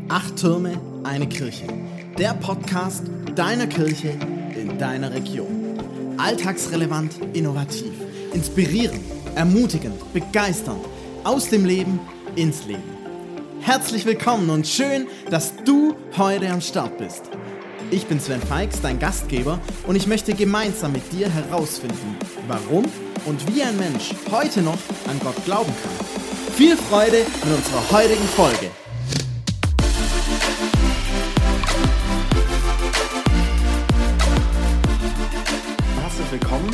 8 Türme, eine Kirche. Der Podcast deiner Kirche in deiner Region. Alltagsrelevant, innovativ, inspirierend, ermutigend, begeisternd. Aus dem Leben ins Leben. Herzlich willkommen und schön, dass du heute am Start bist. Ich bin Sven Feix, dein Gastgeber, und ich möchte gemeinsam mit dir herausfinden, warum und wie ein Mensch heute noch an Gott glauben kann. Viel Freude mit unserer heutigen Folge. Herzlich willkommen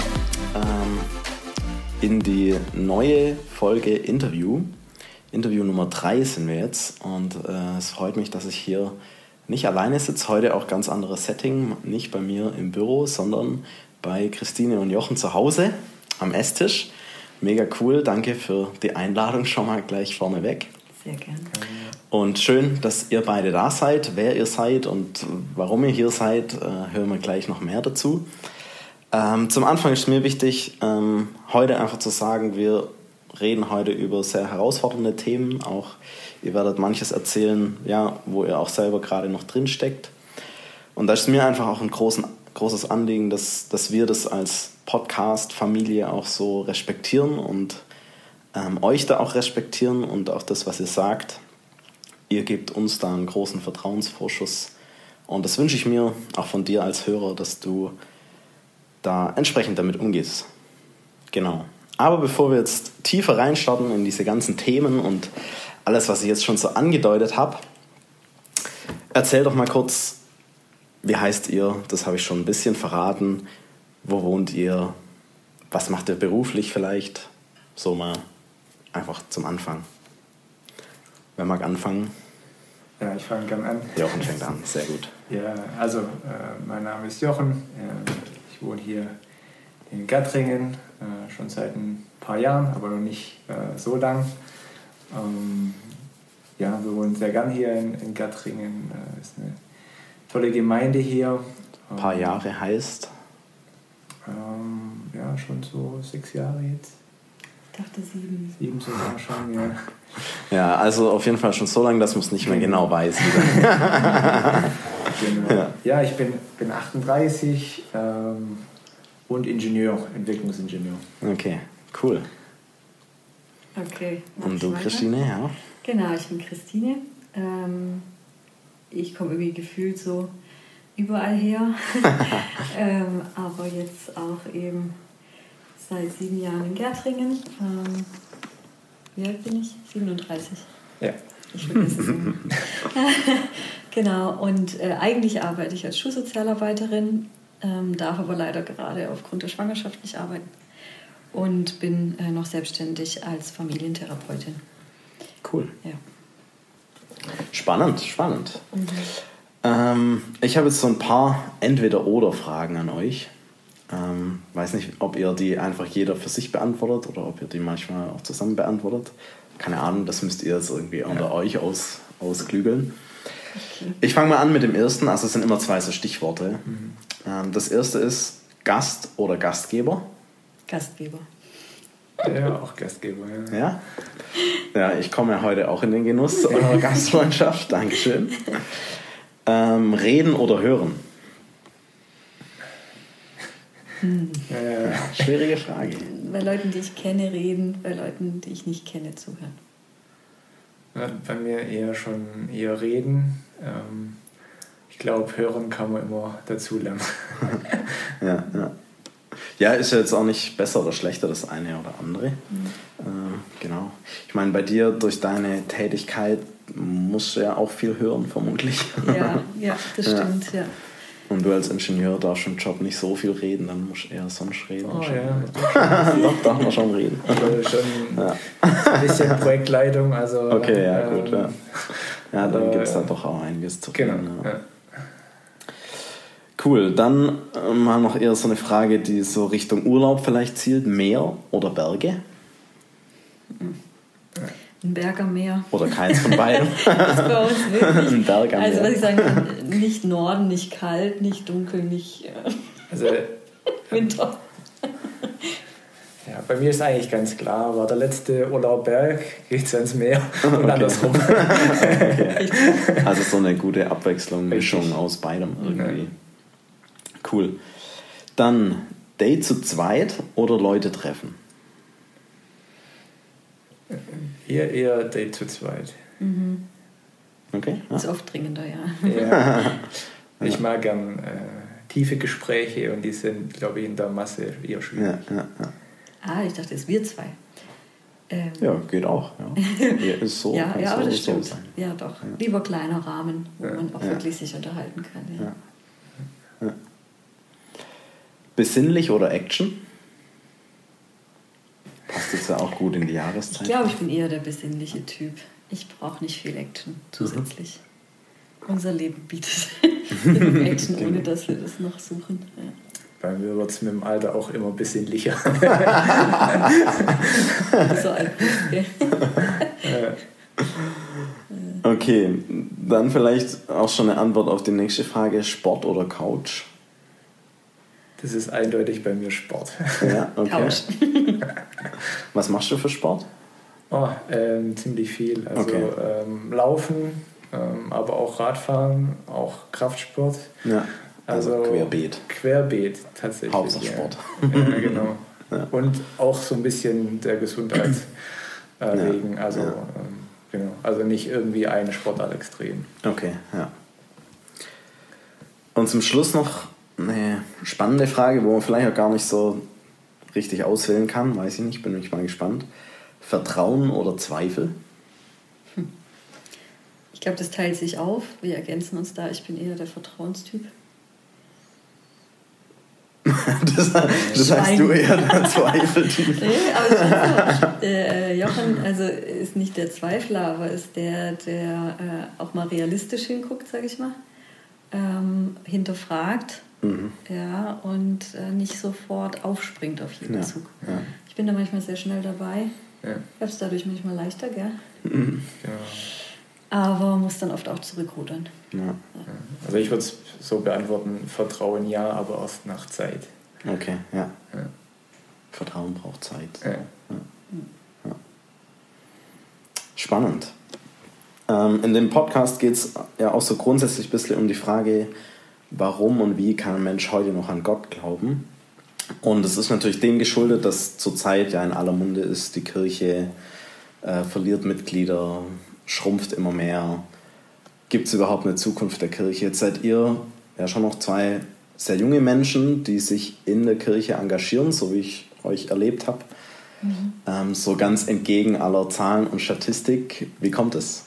in die neue Folge Interview. Interview Nummer 3 sind wir jetzt, und es freut mich, dass ich hier nicht alleine sitze. Heute auch ganz anderes Setting, nicht bei mir im Büro, sondern bei Christine und Jochen zu Hause am Esstisch. Mega cool, danke für die Einladung schon mal gleich vorneweg. Sehr gerne. Und schön, dass ihr beide da seid. Wer ihr seid und warum ihr hier seid, hören wir gleich noch mehr dazu. Zum Anfang ist mir wichtig, heute einfach zu sagen, wir reden heute über sehr herausfordernde Themen. Auch ihr werdet manches erzählen, ja, wo ihr auch selber gerade noch drin steckt. Und da ist mir einfach auch ein großes Anliegen, dass wir das als Podcast-Familie auch so respektieren und euch da auch respektieren und auch das, was ihr sagt. Ihr gebt uns da einen großen Vertrauensvorschuss. Und das wünsche ich mir auch von dir als Hörer, dass du da entsprechend damit umgehst. Genau. Aber bevor wir jetzt tiefer reinstarten in diese ganzen Themen und alles, was ich jetzt schon so angedeutet habe, erzähl doch mal kurz, wie heißt ihr? Das habe ich schon ein bisschen verraten. Wo wohnt ihr? Was macht ihr beruflich vielleicht? So mal einfach zum Anfang. Wer mag anfangen? Ja, ich fange gerne an. Jochen fängt an, sehr gut. Ja, also mein Name ist Jochen. Ich wohne hier in Gattringen schon seit ein paar Jahren, aber noch nicht so lang. Ja, wir wohnen sehr gern hier in Gattringen. Ist eine tolle Gemeinde hier. Ein paar Jahre heißt? Ja, schon so 6 Jahre jetzt. Ich dachte 7. 7 sogar schon, ja. Ja, also auf jeden Fall schon so lange, dass man es nicht mehr genau weiß. Genau. Ja, ich bin 38 und Entwicklungsingenieur. Okay, cool. Okay. Und du, Christine, ja? Genau, ich bin Christine. Ich komme irgendwie gefühlt so überall her. Aber jetzt auch eben seit 7 Jahren in Gattringen. Wie alt bin ich? 37. Ja. Ich vergesse es immer. Genau, und eigentlich arbeite ich als Schulsozialarbeiterin, darf aber leider gerade aufgrund der Schwangerschaft nicht arbeiten und bin noch selbstständig als Familientherapeutin. Cool. Ja. Spannend. Ich habe jetzt so ein paar Entweder-oder-Fragen an euch. Weiß nicht, ob ihr die einfach jeder für sich beantwortet oder ob ihr die manchmal auch zusammen beantwortet. Keine Ahnung, das müsst ihr jetzt irgendwie unter euch ausklügeln. Okay. Ich fange mal an mit dem ersten. Also es sind immer 2 so Stichworte. Das erste ist Gast oder Gastgeber. Gastgeber. Ja, auch Gastgeber, ja. Ja? Ja, ich komme ja heute auch in den Genuss eurer Gastfreundschaft. Dankeschön. Reden oder hören? Schwierige Frage. Bei Leuten, die ich kenne, reden. Bei Leuten, die ich nicht kenne, zuhören. Ja, bei mir eher reden. Ich glaube, hören kann man immer dazu lernen. Ja. Ja, ist ja jetzt auch nicht besser oder schlechter das eine oder andere. Genau. Ich meine, bei dir durch deine Tätigkeit musst du ja auch viel hören, vermutlich. Ja, das stimmt, ja. Und du als Ingenieur darfst im Job nicht so viel reden, dann musst du eher sonst reden. Oh ja. Doch, darf man schon reden. Also schon ein bisschen Projektleitung. Also, okay, ja, gut. Ja, dann gibt es da doch auch einiges zu reden. Genau, ja. Cool, dann mal noch eher so eine Frage, die so Richtung Urlaub vielleicht zielt. Meer oder Berge? Ein Berg am Meer. Oder keins von beiden. Das ist bei uns wirklich. Ein Berg am Meer. Also was ich sagen kann, nicht Norden, nicht kalt, nicht dunkel, nicht also, Winter. Ja, bei mir ist eigentlich ganz klar, war der letzte Urlaub Berg, geht's ans Meer und andersrum. Okay. Also so eine gute Abwechslung, Mischung aus beidem irgendwie. Cool. Dann Date zu zweit oder Leute treffen? Hier eher Date zu zweit. Mhm. Okay. Ja. Ist oft dringender, ja. Ja. Ich mag gern tiefe Gespräche und die sind, glaube ich, in der Masse eher schwierig. Ja. Ich dachte, es wir zwei. Ja, geht auch. Ja. Ist so, ja, aber das stimmt. Sein. Ja, doch. Ja. Lieber kleiner Rahmen, wo man auch wirklich sich unterhalten kann. Ja. Ja. Besinnlich oder Action? Passt jetzt ja auch gut in die Jahreszeit. Ich glaube, ich bin eher der besinnliche Typ. Ich brauche nicht viel Action zusätzlich. Unser Leben bietet genug Action, ohne dass wir das noch suchen. Ja. Bei mir wird es mit dem Alter auch immer besinnlicher. So alt bist du. Okay, dann vielleicht auch schon eine Antwort auf die nächste Frage. Sport oder Couch? Das ist eindeutig bei mir Sport. Ja, okay. Couch. Was machst du für Sport? Ziemlich viel. Also okay. Laufen, aber auch Radfahren, auch Kraftsport. Ja, also Querbeet. Querbeet tatsächlich. Hauptsache Sport. Ja, genau. Ja. Und auch so ein bisschen der Gesundheit wegen. Also, genau. Also nicht irgendwie eine Sportart extrem. Okay, ja. Und zum Schluss noch eine spannende Frage, wo man vielleicht auch gar nicht so richtig auswählen kann. Weiß ich nicht, bin mich mal gespannt. Vertrauen oder Zweifel? Ich glaube, das teilt sich auf. Wir ergänzen uns da. Ich bin eher der Vertrauenstyp. das heißt, du eher der Zweifeltyp. Nee, aber so, Jochen also ist nicht der Zweifler, aber ist der auch mal realistisch hinguckt, sage ich mal. Hinterfragt. Ja, und nicht sofort aufspringt auf jeden Zug. Ja. Ich bin da manchmal sehr schnell dabei. Ja. Ich habe es dadurch manchmal leichter, gell? Ja. Aber muss dann oft auch zurückrudern. Ja. Also ich würde es so beantworten, Vertrauen ja, aber erst nach Zeit. Okay, ja. Vertrauen braucht Zeit. Ja. Spannend. In dem Podcast geht es ja auch so grundsätzlich ein bisschen um die Frage, warum und wie kann ein Mensch heute noch an Gott glauben? Und es ist natürlich dem geschuldet, dass zurzeit ja in aller Munde ist, die Kirche verliert Mitglieder, schrumpft immer mehr. Gibt es überhaupt eine Zukunft der Kirche? Jetzt seid ihr ja schon noch zwei sehr junge Menschen, die sich in der Kirche engagieren, so wie ich euch erlebt habe. So ganz entgegen aller Zahlen und Statistik. Wie kommt es?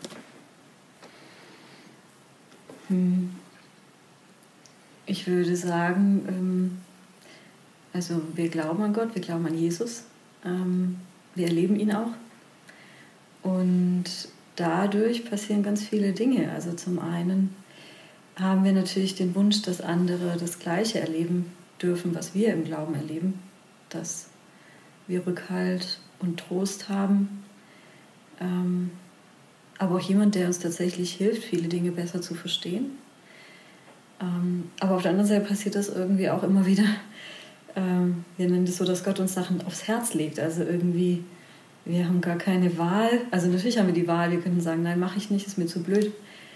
Ich würde sagen, also wir glauben an Gott, wir glauben an Jesus, wir erleben ihn auch und dadurch passieren ganz viele Dinge. Also zum einen haben wir natürlich den Wunsch, dass andere das Gleiche erleben dürfen, was wir im Glauben erleben, dass wir Rückhalt und Trost haben, aber auch jemand, der uns tatsächlich hilft, viele Dinge besser zu verstehen. Aber auf der anderen Seite passiert das irgendwie auch immer wieder. Wir nennen das so, dass Gott uns Sachen aufs Herz legt. Also irgendwie, wir haben gar keine Wahl. Also natürlich haben wir die Wahl, wir können sagen, nein, mache ich nicht, ist mir zu blöd.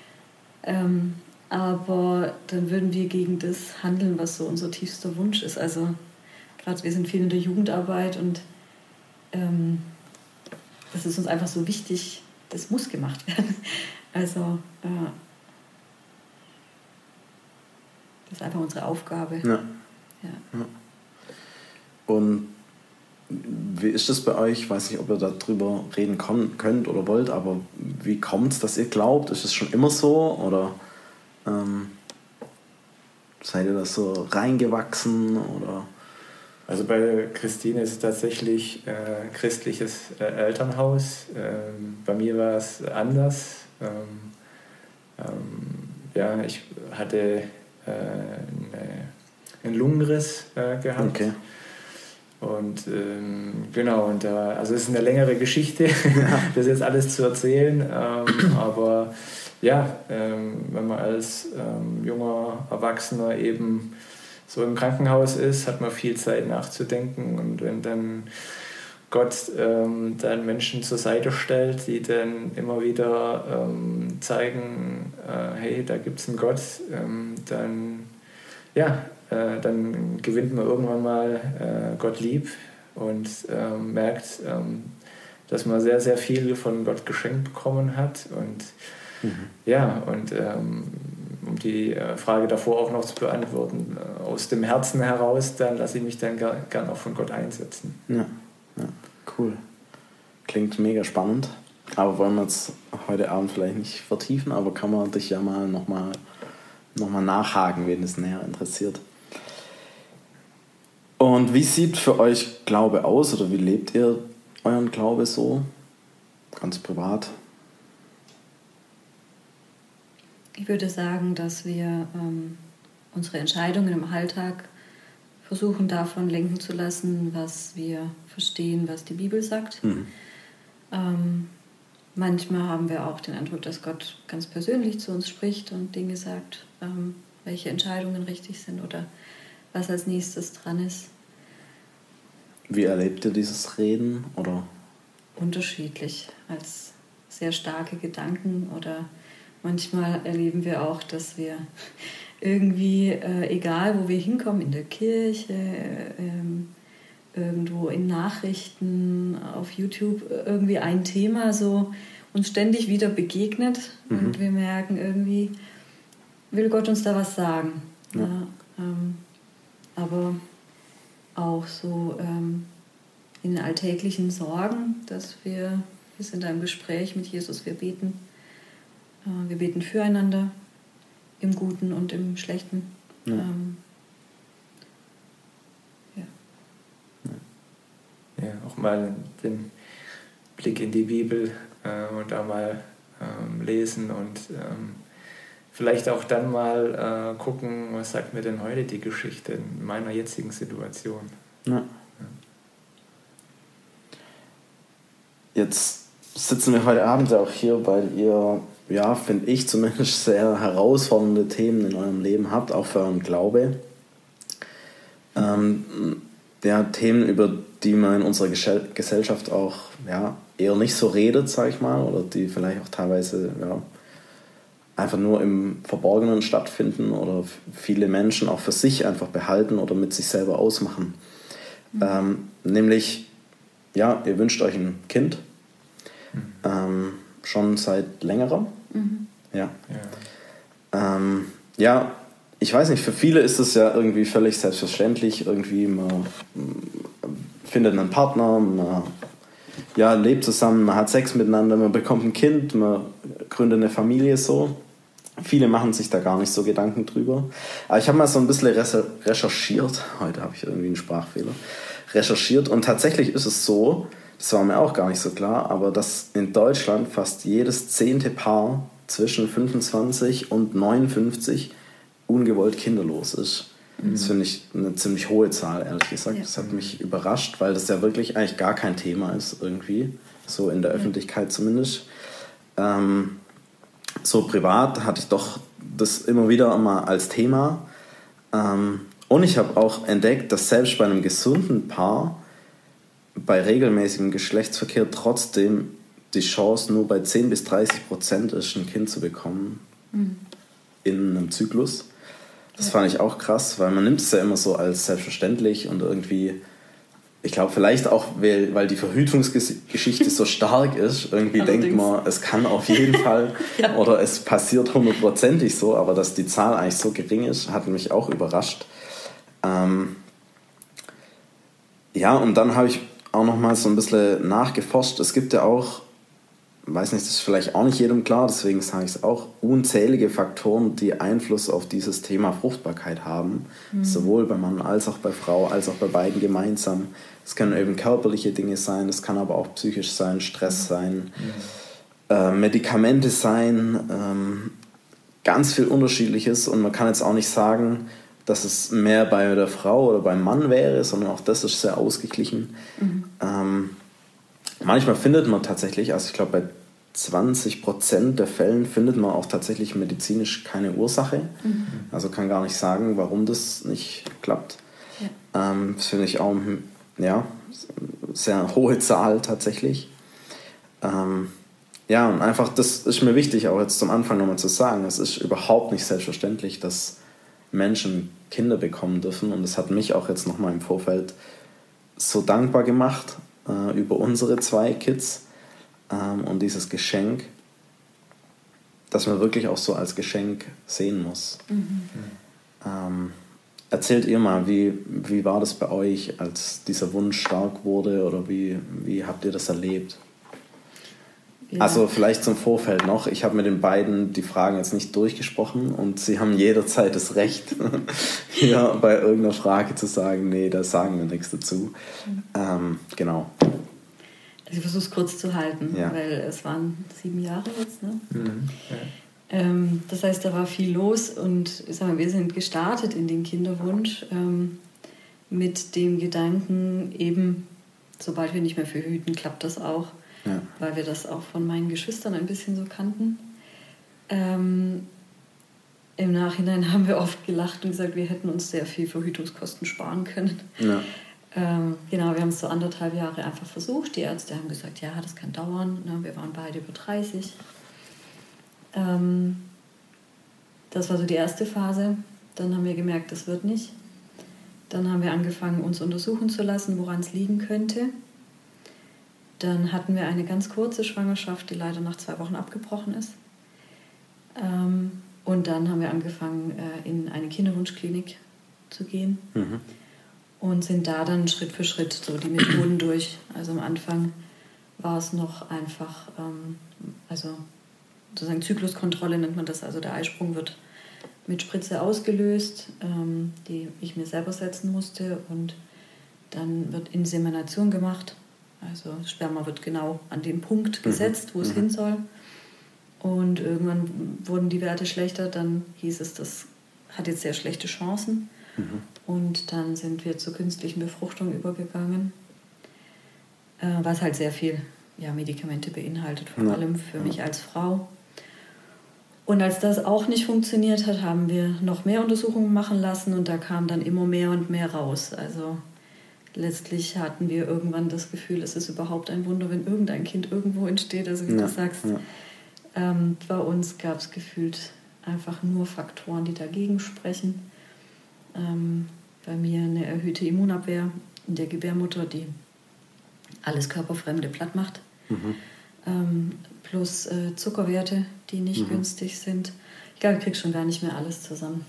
Aber dann würden wir gegen das handeln, was so unser tiefster Wunsch ist. Also gerade wir sind viel in der Jugendarbeit und das ist uns einfach so wichtig, das muss gemacht werden. Also das ist einfach unsere Aufgabe. Ja. Und wie ist das bei euch? Ich weiß nicht, ob ihr darüber reden könnt oder wollt, aber wie kommt es, dass ihr glaubt? Ist es schon immer so oder seid ihr da so reingewachsen? Oder? Also bei Christine ist es tatsächlich christliches Elternhaus. Bei mir war es anders. Ich hatte einen Lungenriss gehabt. Okay. Und also es ist eine längere Geschichte, das jetzt alles zu erzählen. Aber ja, wenn man als junger Erwachsener eben so im Krankenhaus ist, hat man viel Zeit nachzudenken. Und wenn dann Gott dann Menschen zur Seite stellt, die dann immer wieder zeigen, hey, da gibt es einen Gott, dann gewinnt man irgendwann mal Gott lieb und merkt, dass man sehr, sehr viel von Gott geschenkt bekommen hat. Und um die Frage davor auch noch zu beantworten, aus dem Herzen heraus, dann lasse ich mich dann gern auch von Gott einsetzen. Ja, cool. Klingt mega spannend. Aber wollen wir jetzt heute Abend vielleicht nicht vertiefen, aber kann man dich ja mal nochmal nachhaken, wen es näher interessiert. Und wie sieht für euch Glaube aus oder wie lebt ihr euren Glaube so? Ganz privat? Ich würde sagen, dass wir unsere Entscheidungen im Alltag versuchen davon lenken zu lassen, was wir verstehen, was die Bibel sagt. Manchmal haben wir auch den Eindruck, dass Gott ganz persönlich zu uns spricht und Dinge sagt, welche Entscheidungen richtig sind oder was als nächstes dran ist. Wie erlebt ihr dieses Reden? Oder? Unterschiedlich, als sehr starke Gedanken, oder manchmal erleben wir auch, dass wir irgendwie, egal wo wir hinkommen, in der Kirche, irgendwo in Nachrichten, auf YouTube, irgendwie ein Thema so uns ständig wieder begegnet und wir merken, irgendwie will Gott uns da was sagen. Ja, aber auch so in den alltäglichen Sorgen, dass wir sind da im Gespräch mit Jesus, wir beten füreinander, im Guten und im Schlechten. Ja, auch mal den Blick in die Bibel und da mal lesen und vielleicht auch dann mal gucken, was sagt mir denn heute die Geschichte in meiner jetzigen Situation. Ja. Jetzt sitzen wir heute Abend auch hier, weil ihr, finde ich zumindest, sehr herausfordernde Themen in eurem Leben habt, auch für euren Glaube. Themen, über die man in unserer Gesellschaft auch eher nicht so redet, sag ich mal, oder die vielleicht auch teilweise einfach nur im Verborgenen stattfinden oder viele Menschen auch für sich einfach behalten oder mit sich selber ausmachen. Nämlich, ihr wünscht euch ein Kind, schon seit längerem. Ich weiß nicht, für viele ist es ja irgendwie völlig selbstverständlich, irgendwie man findet einen Partner, man lebt zusammen, man hat Sex miteinander, man bekommt ein Kind, man gründet eine Familie so. Viele machen sich da gar nicht so Gedanken drüber. Aber ich habe mal so ein bisschen recherchiert, heute habe ich irgendwie einen Sprachfehler, und tatsächlich ist es so, das war mir auch gar nicht so klar, aber dass in Deutschland fast jedes 10. Paar zwischen 25 und 59 ungewollt kinderlos ist. Das finde ich eine ziemlich hohe Zahl, ehrlich gesagt. Ja. Das hat mich überrascht, weil das ja wirklich eigentlich gar kein Thema ist irgendwie, so in der Öffentlichkeit zumindest. So privat hatte ich doch das immer wieder mal als Thema. Und ich habe auch entdeckt, dass selbst bei einem gesunden Paar bei regelmäßigem Geschlechtsverkehr trotzdem die Chance nur bei 10-30% ist, ein Kind zu bekommen in einem Zyklus. Das fand ich auch krass, weil man nimmt es ja immer so als selbstverständlich und irgendwie, ich glaube vielleicht auch, weil die Verhütungsgeschichte so stark ist, irgendwie denkt man, es kann auf jeden Fall oder es passiert 100%ig so, aber dass die Zahl eigentlich so gering ist, hat mich auch überrascht. Und dann habe ich auch noch mal so ein bisschen nachgeforscht. Es gibt ja auch, weiß nicht, das ist vielleicht auch nicht jedem klar, deswegen sage ich es auch, unzählige Faktoren, die Einfluss auf dieses Thema Fruchtbarkeit haben. Sowohl bei Mann als auch bei Frau, als auch bei beiden gemeinsam. Es können eben körperliche Dinge sein, es kann aber auch psychisch sein, Stress sein, Medikamente sein, ganz viel Unterschiedliches. Und man kann jetzt auch nicht sagen, dass es mehr bei der Frau oder beim Mann wäre, sondern auch das ist sehr ausgeglichen. Manchmal findet man tatsächlich, also ich glaube bei 20% der Fällen findet man auch tatsächlich medizinisch keine Ursache. Also kann gar nicht sagen, warum das nicht klappt. Ja. Das finde ich auch sehr hohe Zahl tatsächlich. Ja, und einfach, das ist mir wichtig, auch jetzt zum Anfang nochmal zu sagen, es ist überhaupt nicht selbstverständlich, dass Menschen Kinder bekommen dürfen. Und das hat mich auch jetzt nochmal im Vorfeld so dankbar gemacht über unsere 2 Kids und dieses Geschenk, das man wirklich auch so als Geschenk sehen muss. Erzählt ihr mal, wie war das bei euch, als dieser Wunsch stark wurde, oder wie habt ihr das erlebt? Ja. Also vielleicht zum Vorfeld noch, ich habe mit den beiden die Fragen jetzt nicht durchgesprochen und sie haben jederzeit das Recht, hier bei irgendeiner Frage zu sagen, nee, da sagen wir nichts dazu. Genau. Also ich versuche es kurz zu halten, weil es waren 7 Jahre jetzt. Ne? Das heißt, da war viel los und ich sag mal, wir sind gestartet in den Kinderwunsch mit dem Gedanken, eben, sobald wir nicht mehr verhüten, klappt das auch. Ja. Weil wir das auch von meinen Geschwistern ein bisschen so kannten. Im Nachhinein haben wir oft gelacht und gesagt, wir hätten uns sehr viel Verhütungskosten sparen können. Ja. Genau, wir haben es so 1,5 Jahre einfach versucht. Die Ärzte haben gesagt, ja, das kann dauern. Wir waren beide über 30. Das war so die erste Phase. Dann haben wir gemerkt, das wird nicht. Dann haben wir angefangen, uns untersuchen zu lassen, woran es liegen könnte. Dann hatten wir eine ganz kurze Schwangerschaft, die leider nach 2 Wochen abgebrochen ist. Und dann haben wir angefangen, in eine Kinderwunschklinik zu gehen. Und sind da dann Schritt für Schritt so die Methoden durch. Also am Anfang war es noch einfach, also sozusagen Zykluskontrolle nennt man das. Also der Eisprung wird mit Spritze ausgelöst, die ich mir selber setzen musste. Und dann wird Insemination gemacht. Also das Sperma wird genau an den Punkt gesetzt, wo es hin soll. Und irgendwann wurden die Werte schlechter. Dann hieß es, das hat jetzt sehr schlechte Chancen. Und dann sind wir zur künstlichen Befruchtung übergegangen, was halt sehr viel Medikamente beinhaltet, vor allem für mich als Frau. Und als das auch nicht funktioniert hat, haben wir noch mehr Untersuchungen machen lassen und da kam dann immer mehr und mehr raus. Also letztlich hatten wir irgendwann das Gefühl, es ist überhaupt ein Wunder, wenn irgendein Kind irgendwo entsteht. Also wie du sagst, bei uns gab es gefühlt einfach nur Faktoren, die dagegen sprechen. Bei mir eine erhöhte Immunabwehr in der Gebärmutter, die alles Körperfremde platt macht. Plus Zuckerwerte, die nicht günstig sind. Ich glaube, ich kriege schon gar nicht mehr alles zusammen.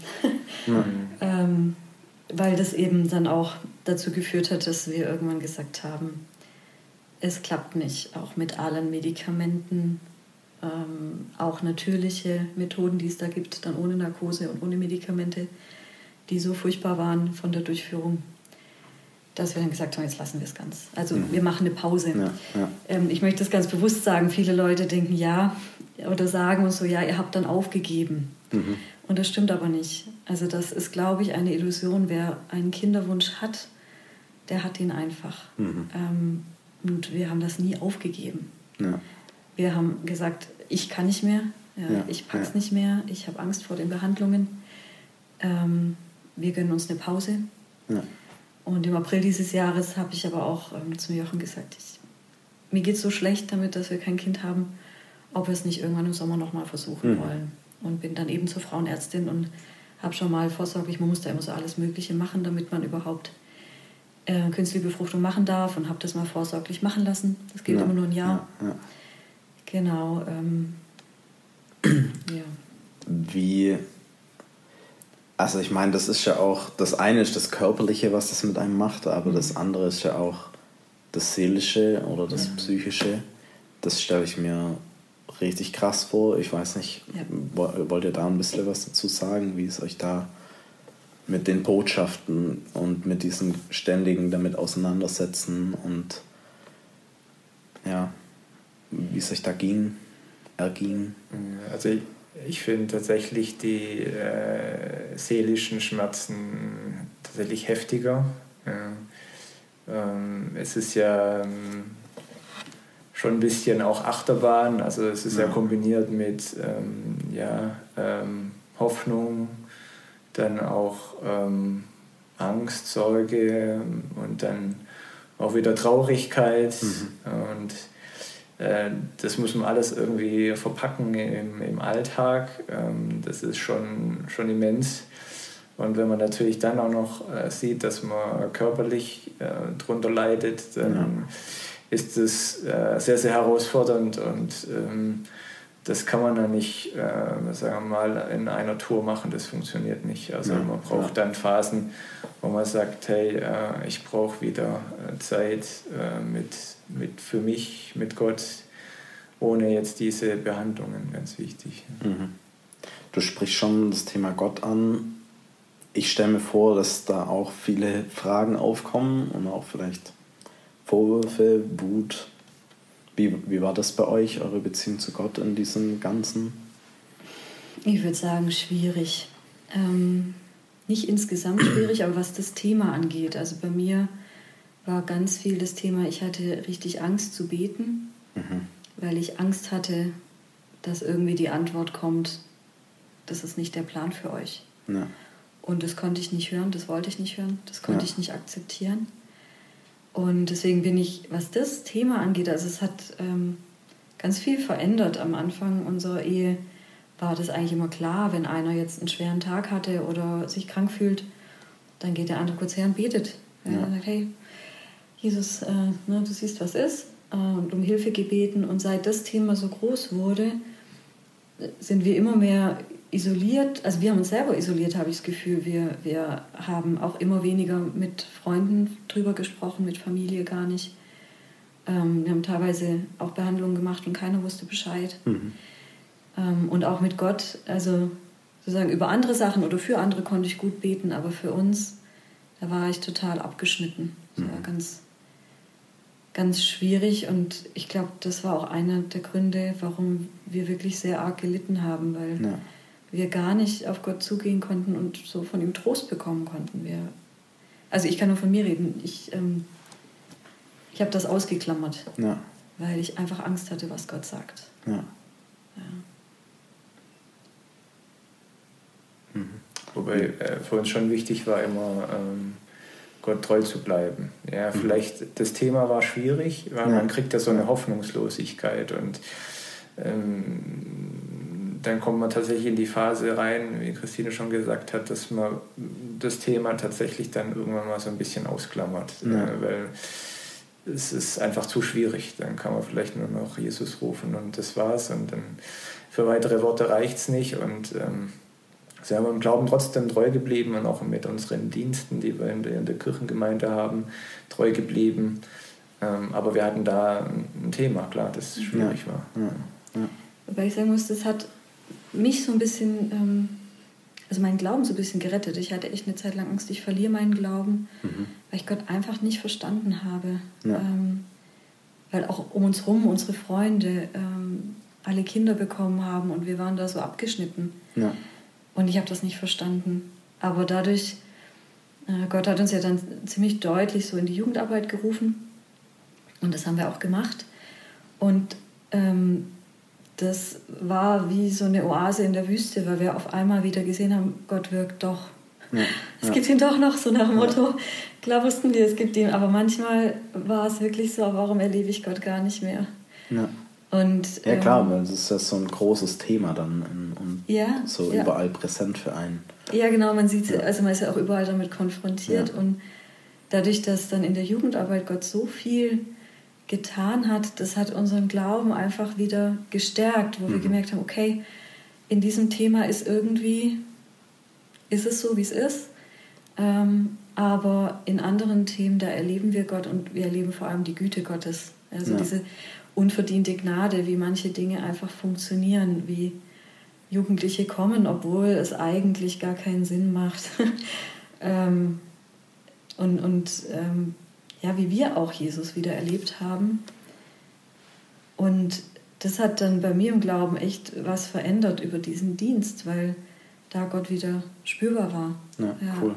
Weil das eben dann auch dazu geführt hat, dass wir irgendwann gesagt haben, es klappt nicht, auch mit allen Medikamenten, auch natürliche Methoden, die es da gibt, dann ohne Narkose und ohne Medikamente, die so furchtbar waren von der Durchführung, dass wir dann gesagt haben, jetzt lassen wir es ganz. Also wir machen eine Pause. Ich möchte das ganz bewusst sagen, viele Leute denken oder sagen uns so, ihr habt dann aufgegeben. Und das stimmt aber nicht. Also das ist, glaube ich, eine Illusion. Wer einen Kinderwunsch hat, der hat ihn einfach. Und wir haben das nie aufgegeben. Wir haben gesagt, ich kann nicht mehr, ich pack's nicht mehr, ich habe Angst vor den Behandlungen. Wir gönnen uns eine Pause. Und im April dieses Jahres habe ich aber auch zu Jochen gesagt, mir geht es so schlecht damit, dass wir kein Kind haben, ob wir es nicht irgendwann im Sommer nochmal versuchen wollen. Und bin dann eben zur Frauenärztin und habe schon mal vorsorglich, man muss da immer so alles Mögliche machen, damit man überhaupt künstliche Befruchtung machen darf, und habe das mal vorsorglich machen lassen. Das geht immer nur ein Jahr. Genau. Also ich meine, das ist ja auch, das eine ist das Körperliche, was das mit einem macht, aber das andere ist ja auch das Seelische oder das Psychische. Das stelle ich mir richtig krass vor. Ich weiß nicht, wollt ihr da ein bisschen was dazu sagen, wie es euch da mit den Botschaften und mit diesem ständigen damit auseinandersetzen und wie es euch da erging? Also ich finde tatsächlich die seelischen Schmerzen tatsächlich heftiger. Es ist ja schon ein bisschen auch Achterbahn. Also es ist ja kombiniert mit Hoffnung, dann auch Angst, Sorge und dann auch wieder Traurigkeit. Und das muss man alles irgendwie verpacken im Alltag. Das ist schon immens. Und wenn man natürlich dann auch noch sieht, dass man körperlich drunter leidet, dann ist das sehr, sehr herausfordernd. Und das kann man dann nicht, sagen wir mal, in einer Tour machen. Das funktioniert nicht. Also man braucht dann Phasen, wo man sagt, hey, ich brauche wieder Zeit für mich, mit Gott, ohne jetzt diese Behandlungen, ganz wichtig. Du sprichst schon das Thema Gott an. Ich stelle mir vor, dass da auch viele Fragen aufkommen und auch vielleicht Vorwürfe, Wut. Wie war das bei euch, eure Beziehung zu Gott in diesem Ganzen? Ich würde sagen, schwierig. Nicht insgesamt schwierig, aber was das Thema angeht. Also bei mir war ganz viel das Thema, ich hatte richtig Angst zu beten, weil ich Angst hatte, dass irgendwie die Antwort kommt, das ist nicht der Plan für euch. Ja. Und das konnte ich nicht hören, das wollte ich nicht hören, das konnte ich nicht akzeptieren. Und deswegen bin ich, was das Thema angeht, also es hat ganz viel verändert. Am Anfang unserer Ehe war das eigentlich immer klar, wenn einer jetzt einen schweren Tag hatte oder sich krank fühlt, dann geht der andere kurz her und betet. Ja. Und sagt, hey, Jesus, du siehst, was ist, und um Hilfe gebeten. Und seit das Thema so groß wurde, sind wir immer mehr isoliert, also wir haben uns selber isoliert, habe ich das Gefühl. Wir haben auch immer weniger mit Freunden drüber gesprochen, mit Familie gar nicht. Wir haben teilweise auch Behandlungen gemacht und keiner wusste Bescheid. Und auch mit Gott, also sozusagen über andere Sachen oder für andere konnte ich gut beten, aber für uns, da war ich total abgeschnitten. Das war ganz, ganz schwierig und ich glaube, das war auch einer der Gründe, warum wir wirklich sehr arg gelitten haben, weil wir gar nicht auf Gott zugehen konnten und so von ihm Trost bekommen konnten. Also ich kann nur von mir reden. Ich habe das ausgeklammert, weil ich einfach Angst hatte, was Gott sagt. Wobei für uns schon wichtig war, immer Gott treu zu bleiben. Ja, vielleicht das Thema war schwierig, weil man kriegt ja so eine Hoffnungslosigkeit und dann kommt man tatsächlich in die Phase rein, wie Christine schon gesagt hat, dass man das Thema tatsächlich dann irgendwann mal so ein bisschen ausklammert, weil es ist einfach zu schwierig. Dann kann man vielleicht nur noch Jesus rufen und das war's und dann für weitere Worte reicht's nicht und sie haben im Glauben trotzdem treu geblieben und auch mit unseren Diensten, die wir in der Kirchengemeinde haben, treu geblieben. Aber wir hatten da ein Thema, klar, das schwierig war. Wobei ich sagen muss, das hat mich so ein bisschen, also meinen Glauben so ein bisschen gerettet. Ich hatte echt eine Zeit lang Angst, ich verliere meinen Glauben, weil ich Gott einfach nicht verstanden habe. Weil auch um uns herum unsere Freunde alle Kinder bekommen haben und wir waren da so abgeschnitten. Und ich habe das nicht verstanden. Aber dadurch, Gott hat uns ja dann ziemlich deutlich so in die Jugendarbeit gerufen. Und das haben wir auch gemacht. Und das war wie so eine Oase in der Wüste, weil wir auf einmal wieder gesehen haben, Gott wirkt doch. Es gibt ihn doch noch, so nach dem Motto. Klar wussten wir, es gibt ihn. Aber manchmal war es wirklich so, warum erlebe ich Gott gar nicht mehr? Und, ja klar, weil es ist ja so ein großes Thema dann und so überall präsent für einen. Ja genau, man sieht, also man ist ja auch überall damit konfrontiert und dadurch, dass dann in der Jugendarbeit Gott so viel getan hat, das hat unseren Glauben einfach wieder gestärkt, wo wir gemerkt haben, okay, in diesem Thema ist es so, wie es ist, aber in anderen Themen, da erleben wir Gott und wir erleben vor allem die Güte Gottes, also diese unverdiente Gnade, wie manche Dinge einfach funktionieren, wie Jugendliche kommen, obwohl es eigentlich gar keinen Sinn macht. Wie wir auch Jesus wieder erlebt haben. Und das hat dann bei mir im Glauben echt was verändert über diesen Dienst, weil da Gott wieder spürbar war. Cool.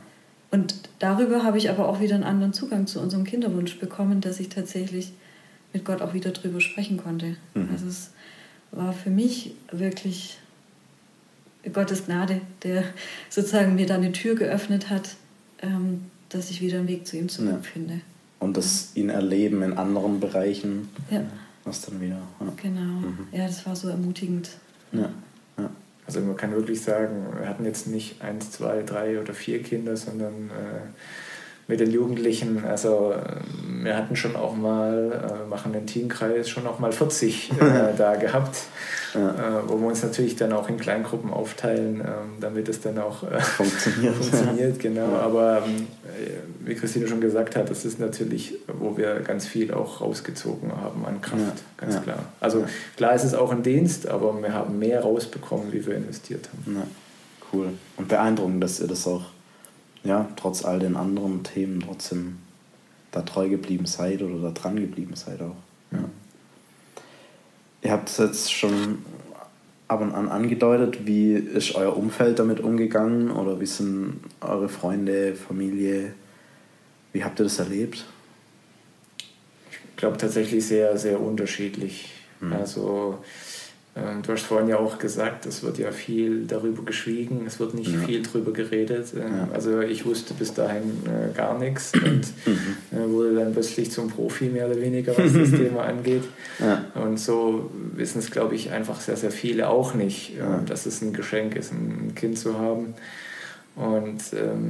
Und darüber habe ich aber auch wieder einen anderen Zugang zu unserem Kinderwunsch bekommen, dass ich tatsächlich mit Gott auch wieder drüber sprechen konnte. Also es war für mich wirklich Gottes Gnade, der sozusagen mir da eine Tür geöffnet hat, dass ich wieder einen Weg zu ihm zurückfinde. Und das ihn erleben in anderen Bereichen, was dann wieder... Ja. Genau, ja, das war so ermutigend. Ja. Also man kann wirklich sagen, wir hatten jetzt nicht 1, 2, 3 oder 4 Kinder, sondern mit den Jugendlichen, also wir hatten schon auch mal, machen den Teamkreis, schon auch mal 40 da gehabt, wo wir uns natürlich dann auch in Kleingruppen aufteilen, damit es dann auch funktioniert. Genau. Ja. Aber wie Christine schon gesagt hat, das ist natürlich, wo wir ganz viel auch rausgezogen haben an Kraft, ganz klar. Also klar ist es auch ein Dienst, aber wir haben mehr rausbekommen, wie wir investiert haben. Ja. Cool. Und beeindruckend, dass ihr das auch trotz all den anderen Themen trotzdem da treu geblieben seid oder da dran geblieben seid auch. Ja. Ihr habt es jetzt schon ab und an angedeutet, wie ist euer Umfeld damit umgegangen oder wie sind eure Freunde, Familie, wie habt ihr das erlebt? Ich glaube tatsächlich sehr, sehr unterschiedlich. Also du hast vorhin ja auch gesagt, es wird ja viel darüber geschwiegen, es wird nicht viel darüber geredet. Also ich wusste bis dahin gar nichts und wurde dann plötzlich zum Profi mehr oder weniger, was das Thema angeht. Ja. Und so wissen es, glaube ich, einfach sehr, sehr viele auch nicht, dass es ein Geschenk ist, ein Kind zu haben. Und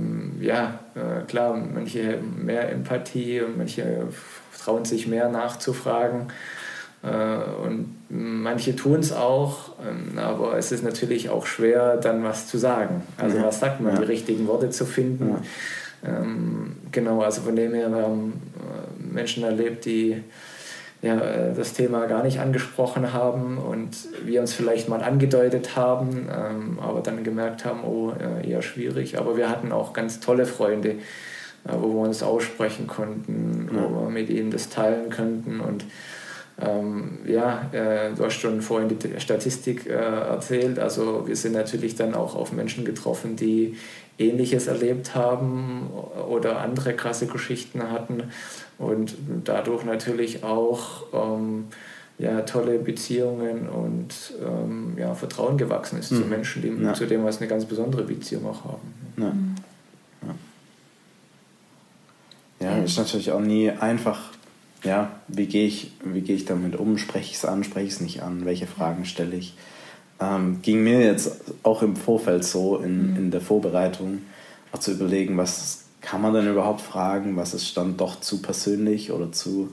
klar, manche mehr Empathie und manche trauen sich mehr nachzufragen. Und manche tun es auch, aber es ist natürlich auch schwer, dann was zu sagen. Also was sagt man, die richtigen Worte zu finden. Genau, also von dem her, wir haben Menschen erlebt, die das Thema gar nicht angesprochen haben und wir uns vielleicht mal angedeutet haben, aber dann gemerkt haben, eher schwierig. Aber wir hatten auch ganz tolle Freunde, wo wir uns aussprechen konnten, wo wir mit ihnen das teilen könnten und du hast schon vorhin die Statistik erzählt, also wir sind natürlich dann auch auf Menschen getroffen, die Ähnliches erlebt haben oder andere krasse Geschichten hatten und dadurch natürlich auch tolle Beziehungen und Vertrauen gewachsen ist zu Menschen, die zu dem was eine ganz besondere Beziehung auch haben. Ja, ist natürlich auch nie einfach. Ja, wie gehe ich damit um? Spreche ich es an, spreche ich es nicht an? Welche Fragen stelle ich? Ging mir jetzt auch im Vorfeld so, in der Vorbereitung, auch zu überlegen, was kann man denn überhaupt fragen? Was ist dann doch zu persönlich oder zu...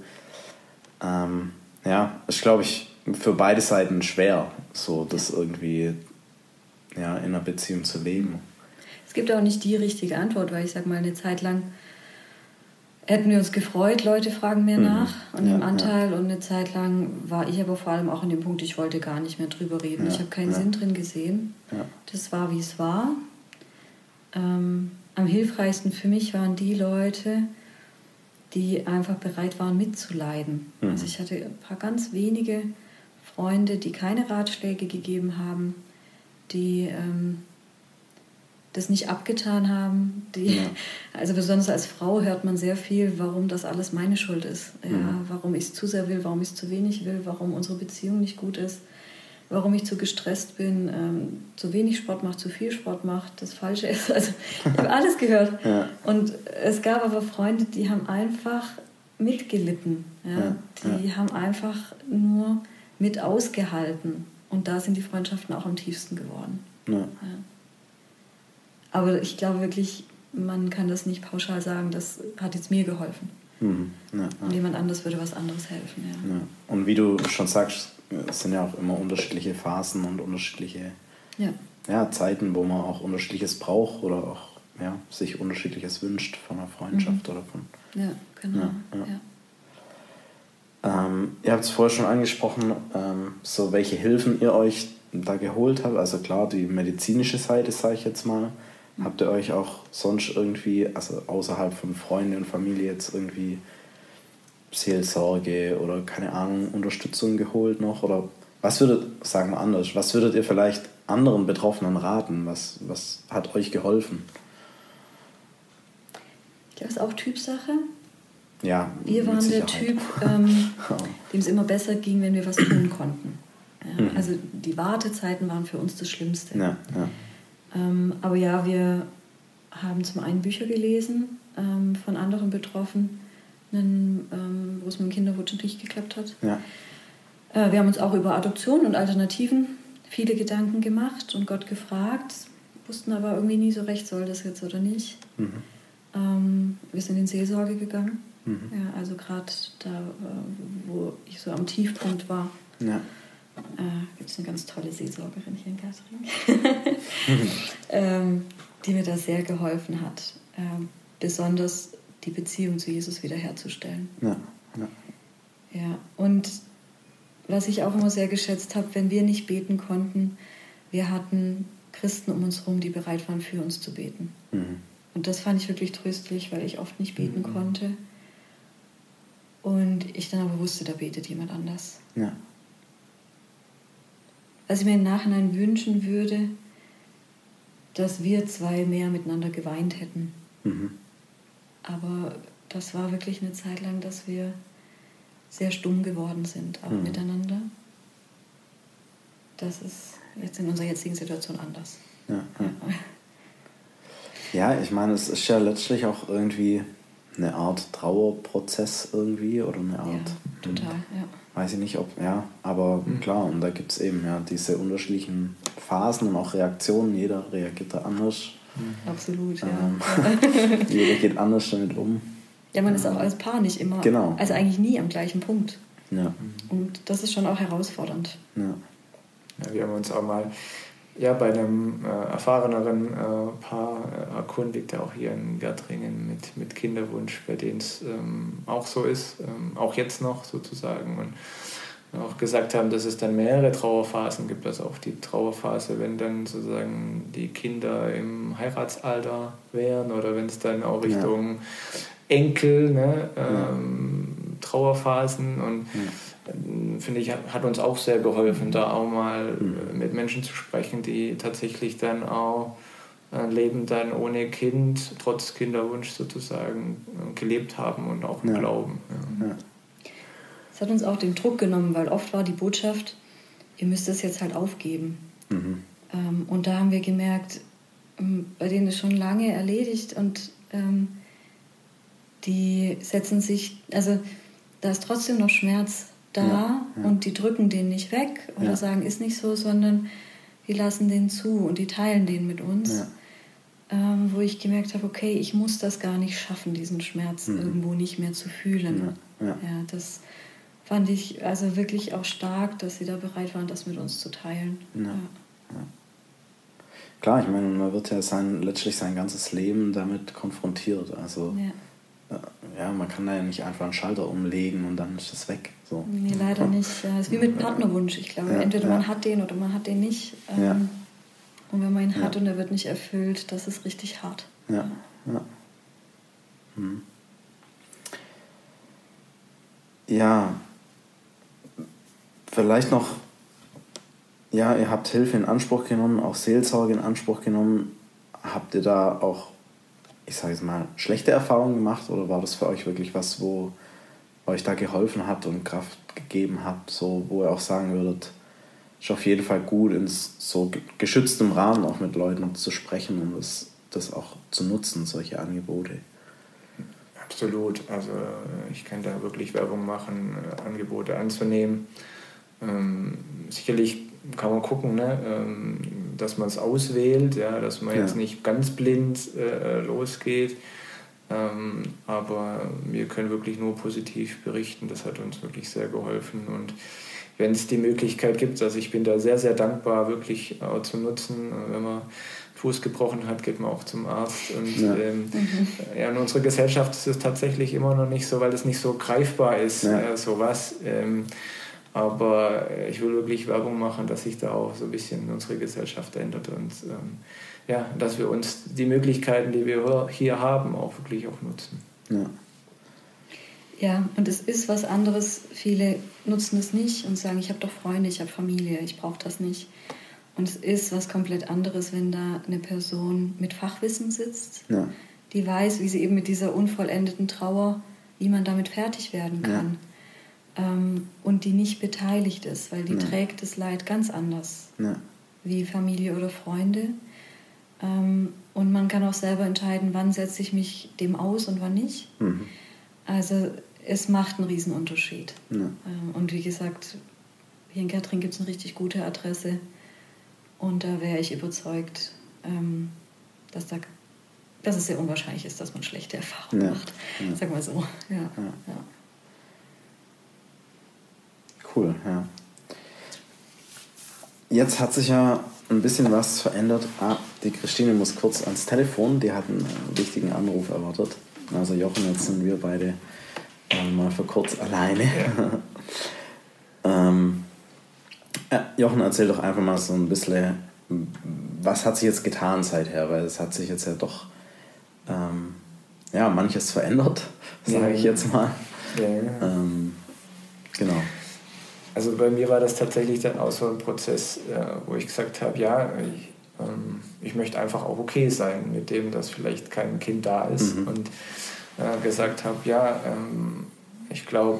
ist, glaube ich, für beide Seiten schwer, so das irgendwie in einer Beziehung zu leben. Es gibt auch nicht die richtige Antwort, weil ich sage mal, eine Zeit lang hätten wir uns gefreut, Leute fragen mir nach und im Anteil und eine Zeit lang war ich aber vor allem auch in dem Punkt, ich wollte gar nicht mehr drüber reden. Ich habe keinen Sinn drin gesehen. Ja. Das war, wie es war. Am hilfreichsten für mich waren die Leute, die einfach bereit waren mitzuleiden. Also ich hatte ein paar ganz wenige Freunde, die keine Ratschläge gegeben haben, die... das nicht abgetan haben. Also besonders als Frau hört man sehr viel, warum das alles meine Schuld ist. Warum ich es zu sehr will, warum ich es zu wenig will, warum unsere Beziehung nicht gut ist, warum ich zu gestresst bin, zu wenig Sport mache, zu viel Sport mache, das Falsche ist. Also ich habe alles gehört. Ja. Und es gab aber Freunde, die haben einfach mitgelitten. Die haben einfach nur mit ausgehalten. Und da sind die Freundschaften auch am tiefsten geworden. Ja. Aber ich glaube wirklich, man kann das nicht pauschal sagen, das hat jetzt mir geholfen. Und jemand anderes würde was anderes helfen. Ja. Und wie du schon sagst, es sind ja auch immer unterschiedliche Phasen und unterschiedliche Zeiten, wo man auch Unterschiedliches braucht oder auch sich Unterschiedliches wünscht von einer Freundschaft oder von... Ja, genau. Ihr habt es vorher schon angesprochen, so welche Hilfen ihr euch da geholt habt. Also klar, die medizinische Seite, sage ich jetzt mal. Habt ihr euch auch sonst irgendwie, also außerhalb von Freunden und Familie jetzt irgendwie Seelsorge oder keine Ahnung, Unterstützung geholt noch? Oder was sagen wir anders, was würdet ihr vielleicht anderen Betroffenen raten? Was hat euch geholfen? Ich glaube, es ist auch Typsache. Ja, wir waren der Typ, dem es immer besser ging, wenn wir was tun konnten. Ja, also die Wartezeiten waren für uns das Schlimmste. Ja. Aber ja, wir haben zum einen Bücher gelesen von anderen Betroffenen, wo es mit dem Kinderwunsch nicht geklappt hat. Ja. Wir haben uns auch über Adoption und Alternativen viele Gedanken gemacht und Gott gefragt, wussten aber irgendwie nie so recht, soll das jetzt oder nicht. Wir sind in Seelsorge gegangen. Ja, also gerade da, wo ich so am Tiefpunkt war, gibt es eine ganz tolle Seelsorgerin hier in Gathering, die mir da sehr geholfen hat, besonders die Beziehung zu Jesus wiederherzustellen. Ja. Und was ich auch immer sehr geschätzt habe, wenn wir nicht beten konnten, wir hatten Christen um uns herum, die bereit waren, für uns zu beten. Und das fand ich wirklich tröstlich, weil ich oft nicht beten konnte. Und ich dann aber wusste, da betet jemand anders. Ja. Was ich mir im Nachhinein wünschen würde, dass wir zwei mehr miteinander geweint hätten. Aber das war wirklich eine Zeit lang, dass wir sehr stumm geworden sind, auch miteinander. Das ist jetzt in unserer jetzigen Situation anders. Ja, ich meine, es ist ja letztlich auch irgendwie eine Art Trauerprozess irgendwie oder eine Art... Ja, total, ja. Weiß ich nicht, ob... Ja, aber klar, und da gibt es eben diese unterschiedlichen Phasen und auch Reaktionen. Jeder reagiert da anders. Absolut, ja. Jeder geht anders damit um. Ja, man ist auch als Paar nicht immer, also eigentlich nie am gleichen Punkt. Ja. Und das ist schon auch herausfordernd. Ja, wir haben uns auch mal bei einem erfahreneren Paar erkundigt, auch hier in Gathringen mit Kinderwunsch, bei denen es auch so ist, auch jetzt noch sozusagen. Und auch gesagt haben, dass es dann mehrere Trauerphasen gibt, also auch die Trauerphase, wenn dann sozusagen die Kinder im Heiratsalter wären oder wenn es dann auch Richtung Enkel, Trauerphasen und finde ich, hat uns auch sehr geholfen, da auch mal mit Menschen zu sprechen, die tatsächlich dann auch ein Leben dann ohne Kind, trotz Kinderwunsch sozusagen, gelebt haben und auch glauben. Ja. Es hat uns auch den Druck genommen, weil oft war die Botschaft, ihr müsst es jetzt halt aufgeben. Und da haben wir gemerkt, bei denen ist schon lange erledigt und die setzen sich, also da ist trotzdem noch Schmerz da und die drücken den nicht weg oder sagen, ist nicht so, sondern die lassen den zu und die teilen den mit uns. Wo ich gemerkt habe, okay, ich muss das gar nicht schaffen, diesen Schmerz irgendwo nicht mehr zu fühlen. Ja, das fand ich also wirklich auch stark, dass sie da bereit waren, das mit uns zu teilen. Ja. Klar, ich meine, man wird ja letztlich sein ganzes Leben damit konfrontiert. Also man kann da ja nicht einfach einen Schalter umlegen und dann ist es weg. So. Nee, leider nicht. Ja, es ist wie mit Partnerwunsch. Ich glaube, entweder man hat den oder man hat den nicht. Und wenn man ihn hat und er wird nicht erfüllt, das ist richtig hart. Ja, vielleicht noch, ihr habt Hilfe in Anspruch genommen, auch Seelsorge in Anspruch genommen. Habt ihr da auch, ich sage jetzt mal, schlechte Erfahrungen gemacht oder war das für euch wirklich was, wo euch da geholfen hat und Kraft gegeben hat, so, wo ihr auch sagen würdet, ist auf jeden Fall gut, in so geschütztem Rahmen auch mit Leuten zu sprechen und das auch zu nutzen, solche Angebote? Absolut, also ich kann da wirklich Werbung machen, Angebote anzunehmen. Sicherlich kann man gucken, dass man es auswählt, dass man jetzt nicht ganz blind losgeht, aber wir können wirklich nur positiv berichten, das hat uns wirklich sehr geholfen und wenn es die Möglichkeit gibt, also ich bin da sehr, sehr dankbar, wirklich auch zu nutzen, wenn man Fuß gebrochen hat, geht man auch zum Arzt. Und in unserer Gesellschaft ist es tatsächlich immer noch nicht so, weil es nicht so greifbar ist, sowas. Aber ich will wirklich Werbung machen, dass sich da auch so ein bisschen unsere Gesellschaft ändert und dass wir uns die Möglichkeiten, die wir hier haben, auch wirklich auch nutzen. Ja, und es ist was anderes. Viele nutzen es nicht und sagen, ich habe doch Freunde, ich habe Familie, ich brauche das nicht. Und es ist was komplett anderes, wenn da eine Person mit Fachwissen sitzt, die weiß, wie sie eben mit dieser unvollendeten Trauer wie man damit fertig werden kann. Und die nicht beteiligt ist, weil die trägt das Leid ganz anders wie Familie oder Freunde. Und man kann auch selber entscheiden, wann setze ich mich dem aus und wann nicht. Also es macht einen riesen Unterschied. Und wie gesagt, hier in Kettering gibt es eine richtig gute Adresse und da wäre ich überzeugt, dass es sehr unwahrscheinlich ist, dass man schlechte Erfahrungen macht. Sag mal so. Ja. Cool, ja. Jetzt hat sich ja ein bisschen was verändert. Die Christine muss kurz ans Telefon, die hat einen wichtigen Anruf erwartet. Also Jochen, jetzt sind wir beide mal für kurz alleine. Jochen, erzähl doch einfach mal so ein bisschen, was hat sich jetzt getan seither, weil es hat sich jetzt ja doch manches verändert, sage ich jetzt mal. Genau. Also bei mir war das tatsächlich dann auch so ein Prozess, wo ich gesagt habe, ich möchte einfach auch okay sein mit dem, dass vielleicht kein Kind da ist und gesagt habe, ich glaube,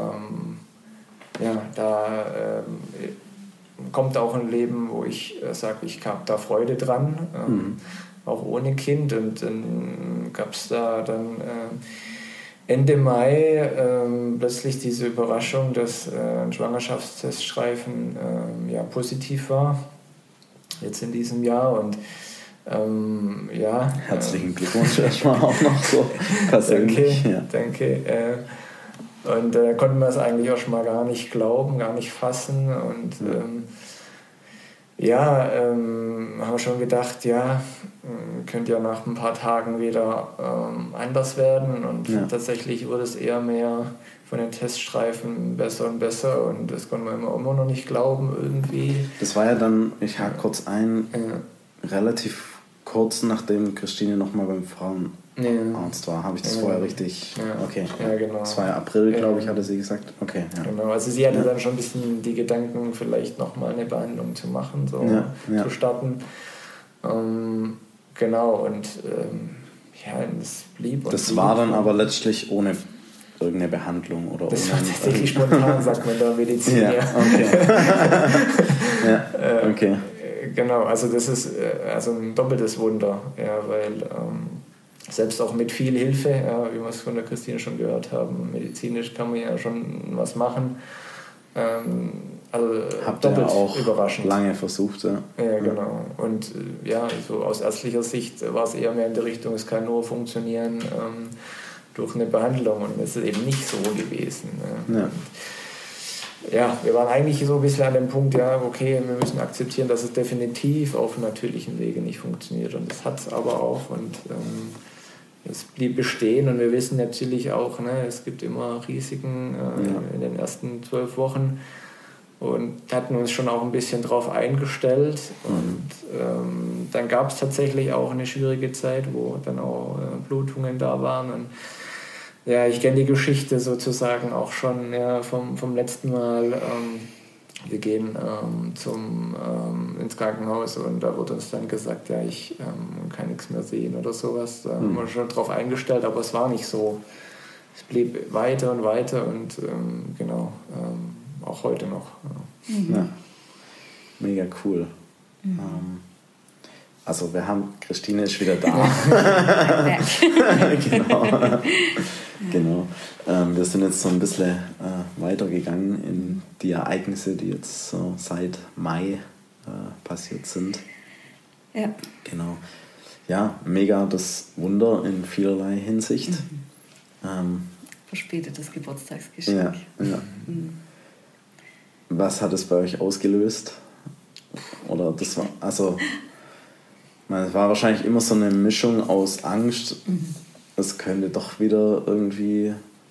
da kommt auch ein Leben, wo ich sage, ich habe da Freude dran, auch ohne Kind. Und dann gab es da dann Ende Mai plötzlich diese Überraschung, dass ein Schwangerschaftsteststreifen positiv war, jetzt in diesem Jahr. Und herzlichen Glückwunsch erstmal auch noch so persönlich. Danke. Und da konnten wir es eigentlich auch schon mal gar nicht glauben, gar nicht fassen. Und haben wir schon gedacht, könnte ja nach ein paar Tagen wieder anders werden. Und tatsächlich wurde es eher mehr von den Teststreifen besser und besser. Und das konnten wir immer noch nicht glauben irgendwie. Das war ja dann, ich hake kurz ein, relativ kurz nachdem Christine nochmal beim Frauenarzt war. Habe ich das vorher richtig? Okay. Ja, genau. Das war ja April, glaube ich, hatte sie gesagt. Okay. Ja. Genau, also sie hatte dann schon ein bisschen die Gedanken, vielleicht nochmal eine Behandlung zu machen, zu starten. Genau, und es blieb. Das war dann aber letztlich ohne irgendeine Behandlung oder das war tatsächlich spontan, sagt man in der Medizin. Okay. Genau, also das ist ein doppeltes Wunder, weil selbst auch mit viel Hilfe, wie wir es von der Christine schon gehört haben, medizinisch kann man ja schon was machen. Habt doppelt ihr auch überraschend. Lange versucht, ja. Ja, genau. Und so aus ärztlicher Sicht war es eher mehr in der Richtung, es kann nur funktionieren durch eine Behandlung, und das ist eben nicht so gewesen. Wir waren eigentlich so ein bisschen an dem Punkt, wir müssen akzeptieren, dass es definitiv auf natürlichen Wege nicht funktioniert, und das hat es aber auch, und es blieb bestehen, und wir wissen natürlich auch, es gibt immer Risiken in den ersten 12 Wochen, und hatten uns schon auch ein bisschen drauf eingestellt, und dann gab es tatsächlich auch eine schwierige Zeit, wo dann auch Blutungen da waren, und ich kenne die Geschichte sozusagen auch schon vom letzten Mal. Wir gehen ins Krankenhaus, und da wird uns dann gesagt, ich kann nichts mehr sehen oder sowas. Da haben wir schon drauf eingestellt, aber es war nicht so. Es blieb weiter und weiter, und auch heute noch. Ja. Mega cool. Also Christine ist wieder da. Genau. Wir sind jetzt so ein bisschen weitergegangen in die Ereignisse, die jetzt so seit Mai passiert sind. Ja. Genau. Ja, mega das Wunder in vielerlei Hinsicht. Verspätetes Geburtstagsgeschenk. Ja. Was hat es bei euch ausgelöst? Oder das war, es war wahrscheinlich immer so eine Mischung aus Angst, es könnte doch wieder irgendwie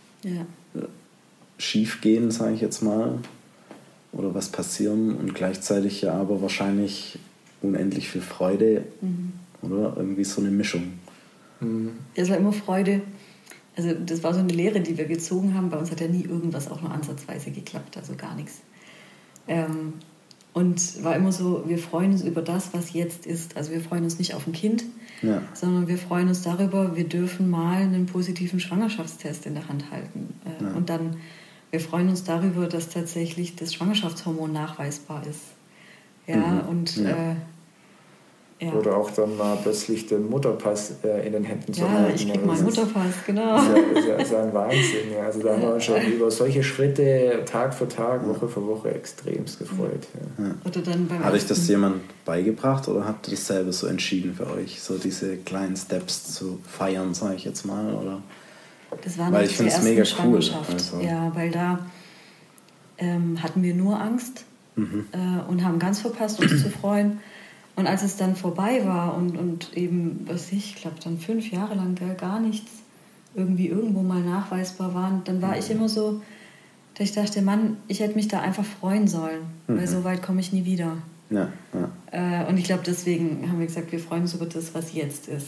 schief gehen, sage ich jetzt mal, oder was passieren, und gleichzeitig aber wahrscheinlich unendlich viel Freude, oder irgendwie so eine Mischung. Es war immer Freude. Also das war so eine Lehre, die wir gezogen haben. Bei uns hat ja nie irgendwas auch nur ansatzweise geklappt, also gar nichts. Und war immer so, wir freuen uns über das, was jetzt ist. Also wir freuen uns nicht auf ein Kind, sondern wir freuen uns darüber, wir dürfen mal einen positiven Schwangerschaftstest in der Hand halten. Und dann, wir freuen uns darüber, dass tatsächlich das Schwangerschaftshormon nachweisbar ist. Ja, und ja. Oder auch dann mal plötzlich den Mutterpass in den Händen zu halten. Ja, ich krieg mal einen Mutterpass, genau. Das ist ein Wahnsinn. Ja. Also da haben wir uns schon über solche Schritte Tag für Tag, Woche für Woche extremst gefreut. Ja. Oder dann beim hat euch das jemand beigebracht oder habt ihr das selber so entschieden für euch, so diese kleinen Steps zu feiern, sage ich jetzt mal? Oder? Das war weil ich finde es mega cool. Also. Ja, weil da hatten wir nur Angst und haben ganz verpasst, uns zu freuen. Und als es dann vorbei war und eben, ich glaube dann 5 Jahre lang gar nichts irgendwie irgendwo mal nachweisbar war, dann war ich immer so, dass ich dachte, Mann, ich hätte mich da einfach freuen sollen, weil so weit komme ich nie wieder. Ja. Und ich glaube, deswegen haben wir gesagt, wir freuen uns über das, was jetzt ist.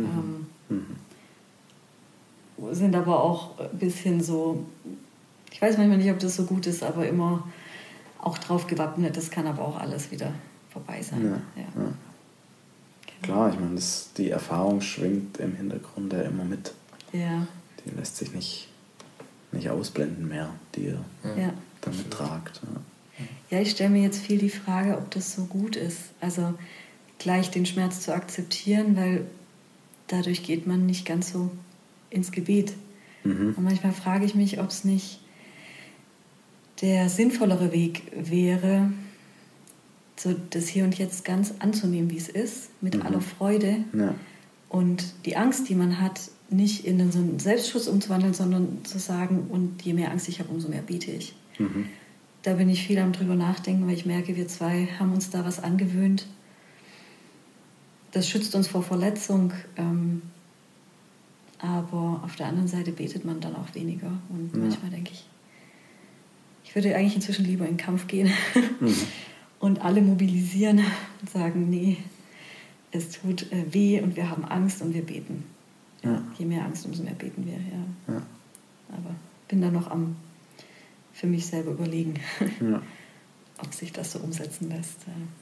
Sind aber auch ein bisschen so, ich weiß manchmal nicht, ob das so gut ist, aber immer auch drauf gewappnet, das kann aber auch alles wieder vorbei sein. Ja. Genau. Klar, ich meine, die Erfahrung schwingt im Hintergrund ja immer mit. Ja. Die lässt sich nicht ausblenden mehr, die ihr damit tragt. Ja, ich stelle mir jetzt viel die Frage, ob das so gut ist. Also gleich den Schmerz zu akzeptieren, weil dadurch geht man nicht ganz so ins Gebet. Und manchmal frage ich mich, ob es nicht der sinnvollere Weg wäre, so das Hier und Jetzt ganz anzunehmen, wie es ist, mit aller Freude und die Angst, die man hat, nicht in so einen Selbstschutz umzuwandeln, sondern zu sagen, und je mehr Angst ich habe, umso mehr bete ich. Da bin ich viel am drüber nachdenken, weil ich merke, wir zwei haben uns da was angewöhnt. Das schützt uns vor Verletzung, aber auf der anderen Seite betet man dann auch weniger. Und manchmal denke ich, ich würde eigentlich inzwischen lieber in den Kampf gehen und alle mobilisieren und sagen, nee, es tut weh und wir haben Angst und wir beten. Ja. Je mehr Angst, umso mehr beten wir. Ja. Aber bin da noch am für mich selber überlegen, ob sich das so umsetzen lässt.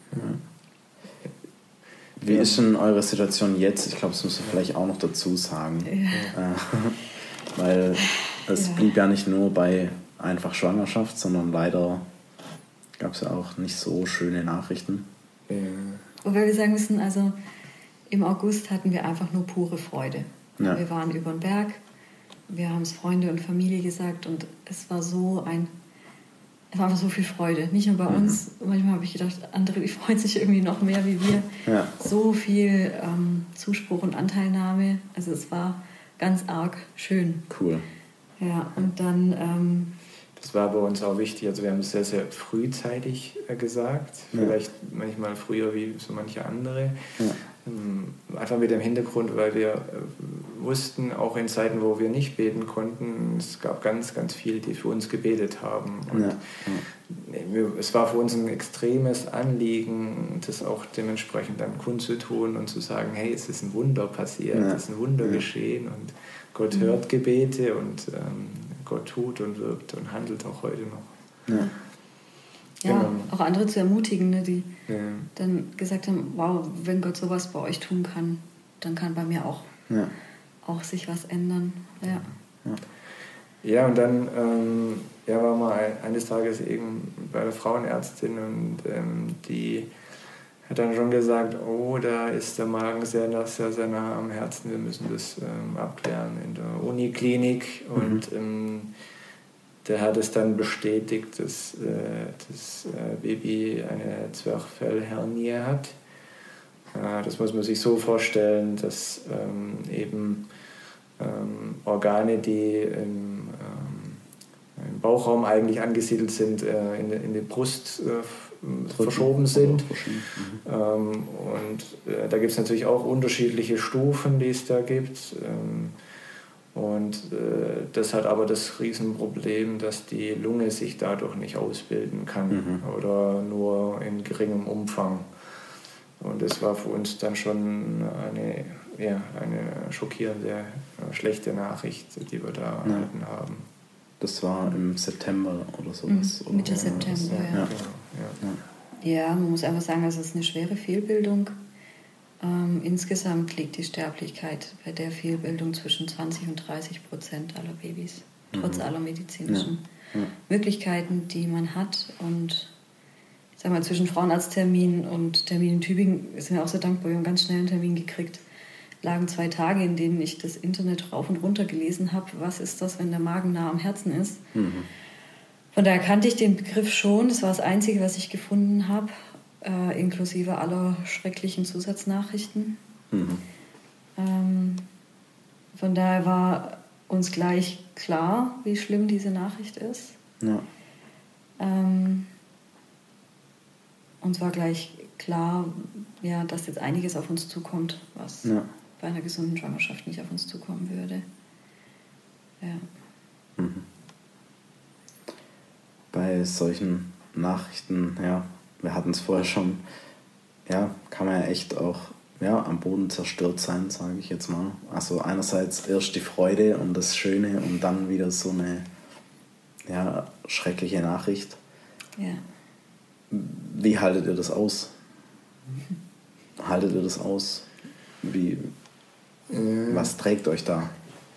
Wie ist denn eure Situation jetzt? Ich glaube, das müssen wir vielleicht auch noch dazu sagen. Weil es blieb ja nicht nur bei einfach Schwangerschaft, sondern leider gab es ja auch nicht so schöne Nachrichten. Wobei wir sagen müssen, also im August hatten wir einfach nur pure Freude. Ja. Wir waren über den Berg, wir haben es Freunde und Familie gesagt und es war einfach so viel Freude. Nicht nur bei uns, manchmal habe ich gedacht, andere, die freuen sich irgendwie noch mehr wie wir. Ja. So viel Zuspruch und Anteilnahme, also es war ganz arg schön. Cool. Ja, und dann... das war bei uns auch wichtig, also wir haben es sehr, sehr frühzeitig gesagt, vielleicht manchmal früher wie so manche andere. Einfach mit dem Hintergrund, weil wir wussten, auch in Zeiten, wo wir nicht beten konnten, es gab ganz, ganz viele, die für uns gebetet haben. Und es war für uns ein extremes Anliegen, das auch dementsprechend dann kundzutun und zu sagen, hey, es ist ein Wunder passiert, es ist ein Wunder geschehen und Gott hört Gebete und Gott tut und wirkt und handelt auch heute noch. Ja, auch andere zu ermutigen, ne, die dann gesagt haben, wow, wenn Gott sowas bei euch tun kann, dann kann bei mir auch sich was ändern. Ja, und dann waren wir eines Tages eben bei der Frauenärztin und die hat dann schon gesagt, oh, da ist der Magen sehr nah am Herzen, wir müssen das abklären in der Uniklinik. Und der hat es dann bestätigt, dass das Baby eine Zwerchfellhernie hat. Das muss man sich so vorstellen, dass eben Organe, die im Bauchraum eigentlich angesiedelt sind, in die Brust verschoben sind. Und da gibt es natürlich auch unterschiedliche Stufen, die es da gibt. Und das hat aber das Riesenproblem, dass die Lunge sich dadurch nicht ausbilden kann oder nur in geringem Umfang. Und das war für uns dann schon eine schockierende, schlechte Nachricht, die wir da erhalten haben. Das war im September oder sowas? Mitte September, ja. Ja, man muss einfach sagen, es ist eine schwere Fehlbildung. Insgesamt liegt die Sterblichkeit bei der Fehlbildung zwischen 20% und 30% aller Babys, trotz aller medizinischen Möglichkeiten, die man hat. Und ich sag mal, zwischen Frauenarzttermin und Termin in Tübingen sind wir auch so dankbar, wir haben ganz schnell einen Termin gekriegt. Lagen 2 Tage, in denen ich das Internet rauf und runter gelesen habe. Was ist das, wenn der Magen nah am Herzen ist? Von daher kannte ich den Begriff schon. Das war das Einzige, was ich gefunden habe, inklusive aller schrecklichen Zusatznachrichten. Von daher war uns gleich klar, wie schlimm diese Nachricht ist. Ja. Uns war gleich klar, ja, dass jetzt einiges auf uns zukommt, was bei einer gesunden Schwangerschaft nicht auf uns zukommen würde. Ja. Bei solchen Nachrichten, ja, wir hatten es vorher schon, ja, kann man ja echt auch am Boden zerstört sein, sage ich jetzt mal. Also einerseits erst die Freude und das Schöne und dann wieder so eine schreckliche Nachricht. Ja. Wie haltet ihr das aus? Haltet ihr das aus? Was trägt euch da?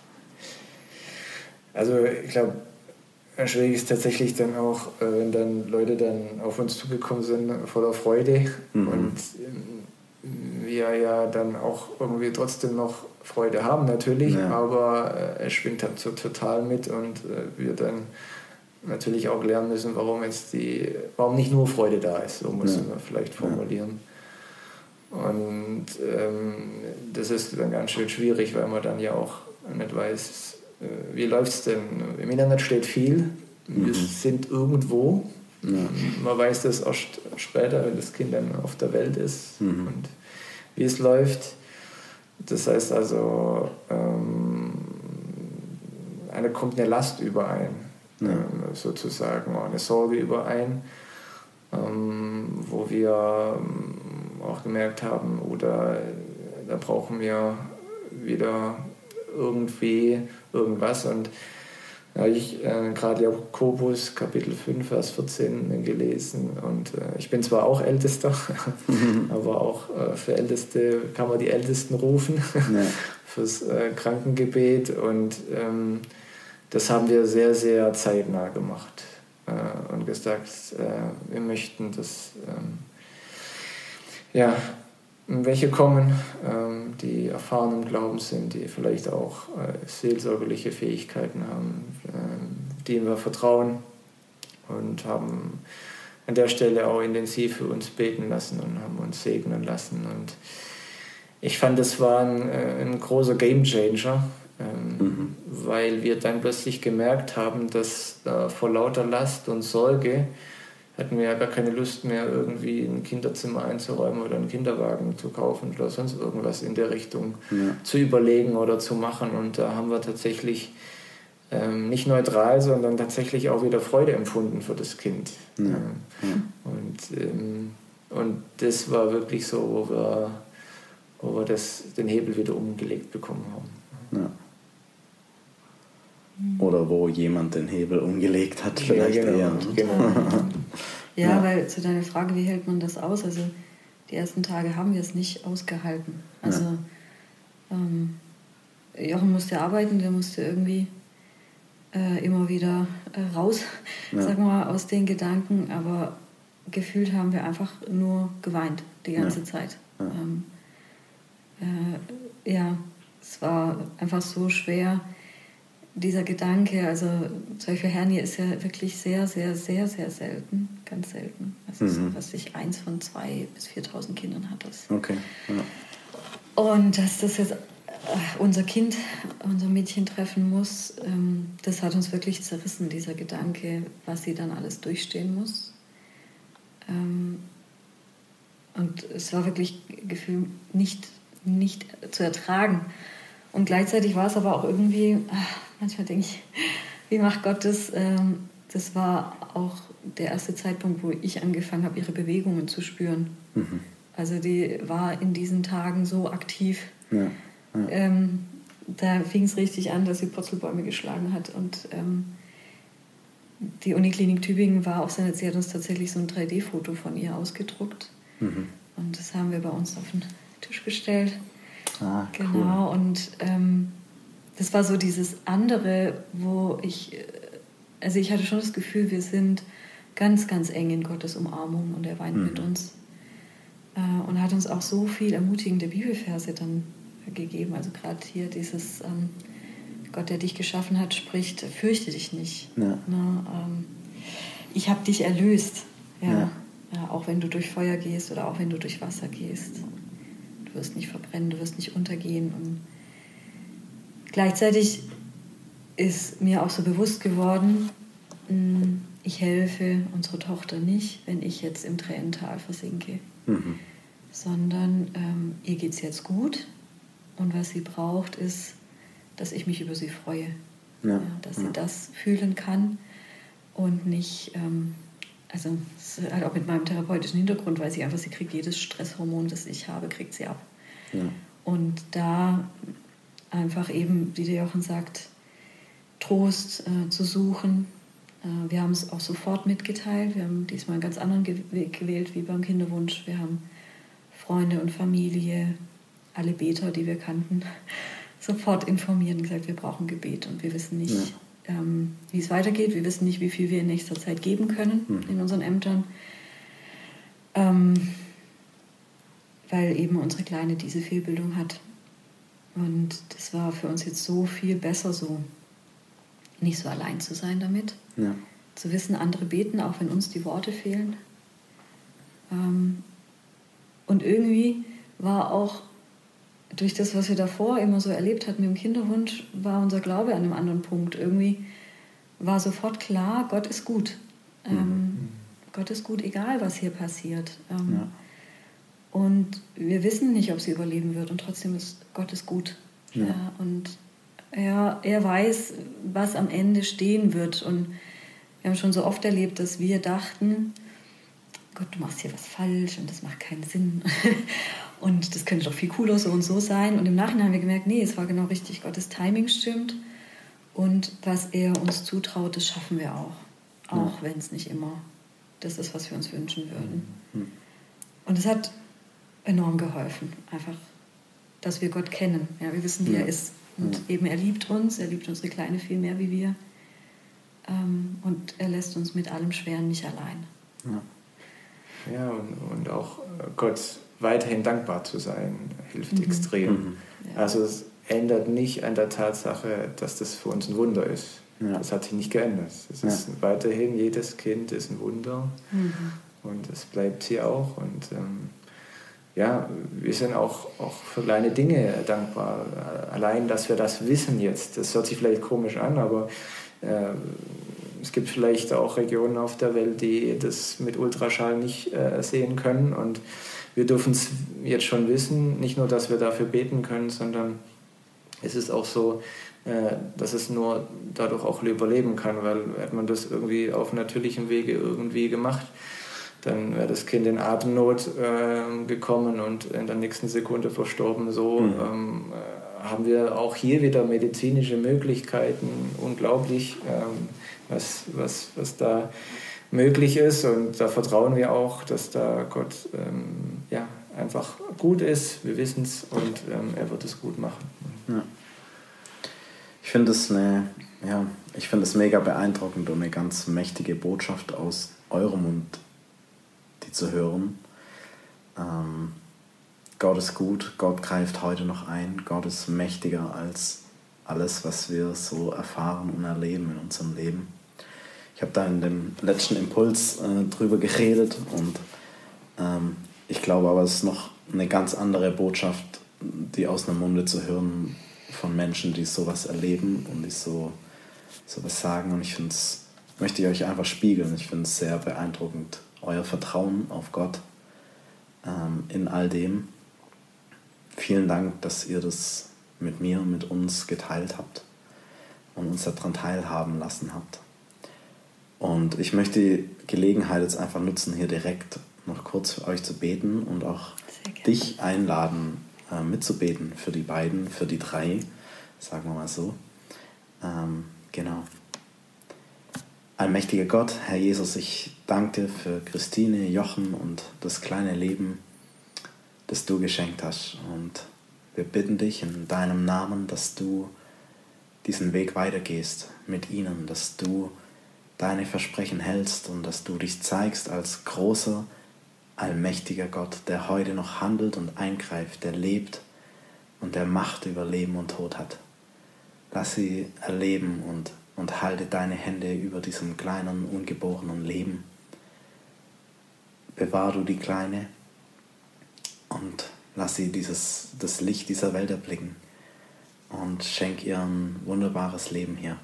Also ich glaube, schwierig ist tatsächlich dann auch, wenn dann Leute dann auf uns zugekommen sind voller Freude und wir ja dann auch irgendwie trotzdem noch Freude haben natürlich, aber es schwingt halt so total mit und wir dann natürlich auch lernen müssen, warum nicht nur Freude da ist, so muss man vielleicht formulieren. Und das ist dann ganz schön schwierig, weil man dann ja auch nicht weiß, wie läuft es denn? Im Internet steht viel, wir sind irgendwo. Man weiß das erst später, wenn das Kind dann auf der Welt ist und wie es läuft. Das heißt also, kommt eine Last überein, sozusagen, eine Sorge überein, wo wir auch gemerkt haben, oder da brauchen wir wieder irgendwie irgendwas. Und da habe ich gerade Jakobus Kapitel 5, Vers 14 gelesen. Und ich bin zwar auch Ältester, aber auch für Älteste kann man die Ältesten rufen, fürs Krankengebet. Und das haben wir sehr, sehr zeitnah gemacht und gesagt, wir möchten, dass welche kommen, die erfahren im Glauben sind, die vielleicht auch seelsorgerliche Fähigkeiten haben, denen wir vertrauen, und haben an der Stelle auch intensiv für uns beten lassen und haben uns segnen lassen. Und ich fand, das war ein großer Gamechanger, weil wir dann plötzlich gemerkt haben, dass vor lauter Last und Sorge hatten wir ja gar keine Lust mehr, irgendwie ein Kinderzimmer einzuräumen oder einen Kinderwagen zu kaufen oder sonst irgendwas in der Richtung zu überlegen oder zu machen. Und da haben wir tatsächlich nicht neutral, sondern tatsächlich auch wieder Freude empfunden für das Kind. Und das war wirklich so, wo wir den Hebel wieder umgelegt bekommen haben. Ja. Oder wo jemand den Hebel umgelegt hat, vielleicht eher. Genau. Ja, weil zu deiner Frage, wie hält man das aus? Also die ersten Tage haben wir es nicht ausgehalten. Also Jochen musste arbeiten, der musste irgendwie immer wieder raus, sagen wir mal, aus den Gedanken. Aber gefühlt haben wir einfach nur geweint die ganze Zeit. Es war einfach so schwer, dieser Gedanke, also zum Beispiel Hernie ist ja wirklich sehr, sehr, sehr, sehr selten, ganz selten. Das ist, was ich 1 von 2.000 bis 4.000 Kindern hat das. Okay. Ja. Und dass das jetzt unser Kind, unser Mädchen treffen muss, das hat uns wirklich zerrissen, dieser Gedanke, was sie dann alles durchstehen muss. Und es war wirklich Gefühl nicht zu ertragen. Und gleichzeitig war es aber auch irgendwie, manchmal denke ich, wie macht Gott das? Das war auch der erste Zeitpunkt, wo ich angefangen habe, ihre Bewegungen zu spüren. Also die war in diesen Tagen so aktiv. Da fing es richtig an, dass sie Purzelbäume geschlagen hat. Und die Uniklinik Tübingen war auch sehr nett. Sie hat uns tatsächlich so ein 3D-Foto von ihr ausgedruckt. Und das haben wir bei uns auf den Tisch gestellt. Genau, cool. Und das war so dieses andere, wo ich hatte schon das Gefühl, wir sind ganz, ganz eng in Gottes Umarmung und er weint mit uns. Und hat uns auch so viel ermutigende Bibelverse dann gegeben. Also gerade hier dieses Gott, der dich geschaffen hat, spricht, fürchte dich nicht. Ja. Ich habe dich erlöst. Ja. Ja, auch wenn du durch Feuer gehst oder auch wenn du durch Wasser gehst. Du wirst nicht verbrennen, du wirst nicht untergehen. Und gleichzeitig ist mir auch so bewusst geworden, ich helfe unserer Tochter nicht, wenn ich jetzt im Tränental versinke. Sondern ihr geht es jetzt gut und was sie braucht ist, dass ich mich über sie freue. Ja, dass sie das fühlen kann und nicht, also es ist halt auch mit meinem therapeutischen Hintergrund, weil sie kriegt jedes Stresshormon, das ich habe, kriegt sie ab. Ja. Und da einfach eben, wie der Jochen sagt, Trost zu suchen. Wir haben es auch sofort mitgeteilt. Wir haben diesmal einen ganz anderen Weg gewählt wie beim Kinderwunsch. Wir haben Freunde und Familie, alle Beter, die wir kannten, sofort informiert und gesagt, wir brauchen Gebet und wir wissen nicht, wie es weitergeht. Wir wissen nicht, wie viel wir in nächster Zeit geben können in unseren Ämtern, weil eben unsere Kleine diese Fehlbildung hat. Und das war für uns jetzt so viel besser so, nicht so allein zu sein damit, zu wissen, andere beten, auch wenn uns die Worte fehlen. Und irgendwie war auch durch das, was wir davor immer so erlebt hatten mit dem Kinderwunsch, war unser Glaube an einem anderen Punkt. Irgendwie war sofort klar, Gott ist gut. Gott ist gut, egal was hier passiert. Und wir wissen nicht, ob sie überleben wird und trotzdem ist Gott ist gut. Ja. Und er weiß, was am Ende stehen wird. Und wir haben schon so oft erlebt, dass wir dachten, Gott, du machst hier was falsch und das macht keinen Sinn. Und das könnte doch viel cooler so und so sein. Und im Nachhinein haben wir gemerkt, nee, es war genau richtig. Gottes Timing stimmt. Und was er uns zutraut, das schaffen wir auch. Auch wenn es nicht immer das ist, was wir uns wünschen würden. Und es hat enorm geholfen. Einfach, dass wir Gott kennen. Ja, wir wissen, wie er ist. Und eben er liebt uns. Er liebt unsere Kleine viel mehr wie wir. Und er lässt uns mit allem Schweren nicht allein. Ja, und auch Gott weiterhin dankbar zu sein, hilft extrem. Ja. Also es ändert nicht an der Tatsache, dass das für uns ein Wunder ist. Ja. Das hat sich nicht geändert. Es ist weiterhin, jedes Kind ist ein Wunder und es bleibt sie auch. Und wir sind auch für kleine Dinge dankbar. Allein, dass wir das wissen jetzt, das hört sich vielleicht komisch an, aber es gibt vielleicht auch Regionen auf der Welt, die das mit Ultraschall nicht sehen können. Und wir dürfen es jetzt schon wissen, nicht nur, dass wir dafür beten können, sondern es ist auch so, dass es nur dadurch auch überleben kann, weil hätte man das irgendwie auf natürlichem Wege irgendwie gemacht, dann wäre das Kind in Atemnot gekommen und in der nächsten Sekunde verstorben. So haben wir auch hier wieder medizinische Möglichkeiten, unglaublich, was da möglich ist. Und da vertrauen wir auch, dass da Gott einfach gut ist. Wir wissen es und er wird es gut machen. Ja. Ich finde es mega beeindruckend und eine ganz mächtige Botschaft aus eurem Mund, die zu hören. Gott ist gut, Gott greift heute noch ein, Gott ist mächtiger als alles, was wir so erfahren und erleben in unserem Leben. Ich habe da in dem letzten Impuls drüber geredet und ich glaube aber, es ist noch eine ganz andere Botschaft, die aus einem Munde zu hören von Menschen, die sowas erleben und die sowas sagen. Und möchte ich euch einfach spiegeln. Ich finde es sehr beeindruckend, euer Vertrauen auf Gott in all dem. Vielen Dank, dass ihr das mit mir, mit uns geteilt habt und uns daran teilhaben lassen habt. Und ich möchte die Gelegenheit jetzt einfach nutzen, hier direkt noch kurz für euch zu beten und auch dich einladen, mitzubeten für die beiden, für die drei, sagen wir mal so. Genau. Allmächtiger Gott, Herr Jesus, ich danke dir für Christine, Jochen und das kleine Leben, das du geschenkt hast. Und wir bitten dich in deinem Namen, dass du diesen Weg weitergehst mit ihnen, dass du deine Versprechen hältst und dass du dich zeigst als großer, allmächtiger Gott, der heute noch handelt und eingreift, der lebt und der Macht über Leben und Tod hat. Lass sie erleben und halte deine Hände über diesem kleinen, ungeborenen Leben. Bewahr du die Kleine und lass sie das Licht dieser Welt erblicken und schenk ihr ein wunderbares Leben hier.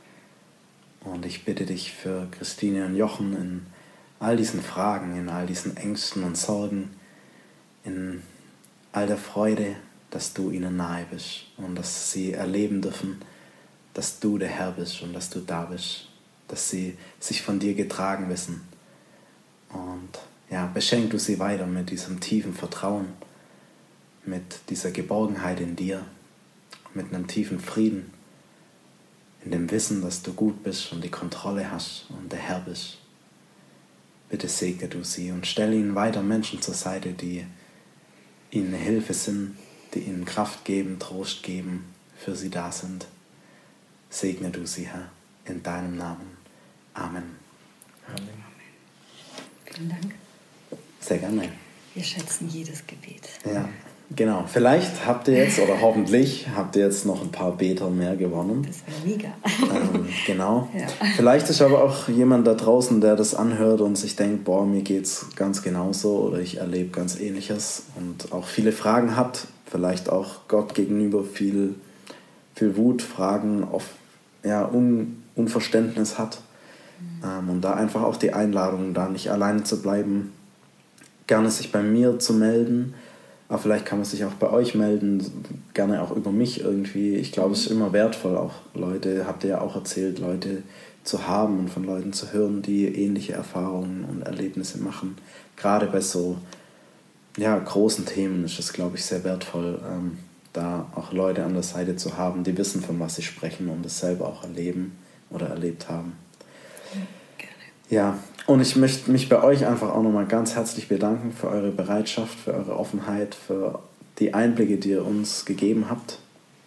Und ich bitte dich für Christine und Jochen in all diesen Fragen, in all diesen Ängsten und Sorgen, in all der Freude, dass du ihnen nahe bist und dass sie erleben dürfen, dass du der Herr bist und dass du da bist, dass sie sich von dir getragen wissen. Und ja, beschenk du sie weiter mit diesem tiefen Vertrauen, mit dieser Geborgenheit in dir, mit einem tiefen Frieden, in dem Wissen, dass du gut bist und die Kontrolle hast und der Herr bist. Bitte segne du sie und stelle ihnen weiter Menschen zur Seite, die ihnen eine Hilfe sind, die ihnen Kraft geben, Trost geben, für sie da sind. Segne du sie, Herr, in deinem Namen. Amen. Amen. Vielen Dank. Sehr gerne. Wir schätzen jedes Gebet. Ja, genau. Vielleicht habt ihr jetzt, oder hoffentlich habt ihr jetzt noch ein paar Beter mehr gewonnen. Das wäre mega. Genau. Ja. Vielleicht ist aber auch jemand da draußen, der das anhört und sich denkt, boah, mir geht's ganz genauso oder ich erlebe ganz Ähnliches und auch viele Fragen hat, vielleicht auch Gott gegenüber viel Wut, Fragen, oft Unverständnis hat. Und da einfach auch die Einladung, da nicht alleine zu bleiben, gerne sich bei mir zu melden, aber vielleicht kann man sich auch bei euch melden, gerne auch über mich irgendwie. Ich glaube, es ist immer wertvoll, auch Leute, habt ihr ja auch erzählt, Leute zu haben und von Leuten zu hören, die ähnliche Erfahrungen und Erlebnisse machen. Gerade bei so großen Themen ist es, glaube ich, sehr wertvoll, da auch Leute an der Seite zu haben, die wissen, von was sie sprechen und es selber auch erleben oder erlebt haben. Gerne. Ja, und ich möchte mich bei euch einfach auch nochmal ganz herzlich bedanken für eure Bereitschaft, für eure Offenheit, für die Einblicke, die ihr uns gegeben habt.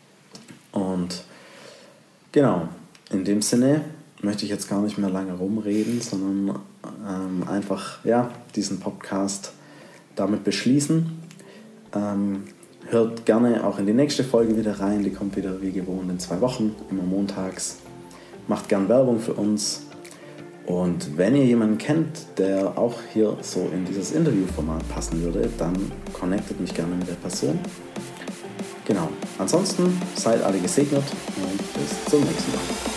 Und genau, in dem Sinne möchte ich jetzt gar nicht mehr lange rumreden, sondern einfach diesen Podcast damit beschließen. Hört gerne auch in die nächste Folge wieder rein, die kommt wieder wie gewohnt in 2 Wochen, immer montags. Macht gern Werbung für uns. Und wenn ihr jemanden kennt, der auch hier so in dieses Interviewformat passen würde, dann connectet mich gerne mit der Person. Genau. Ansonsten seid alle gesegnet und bis zum nächsten Mal.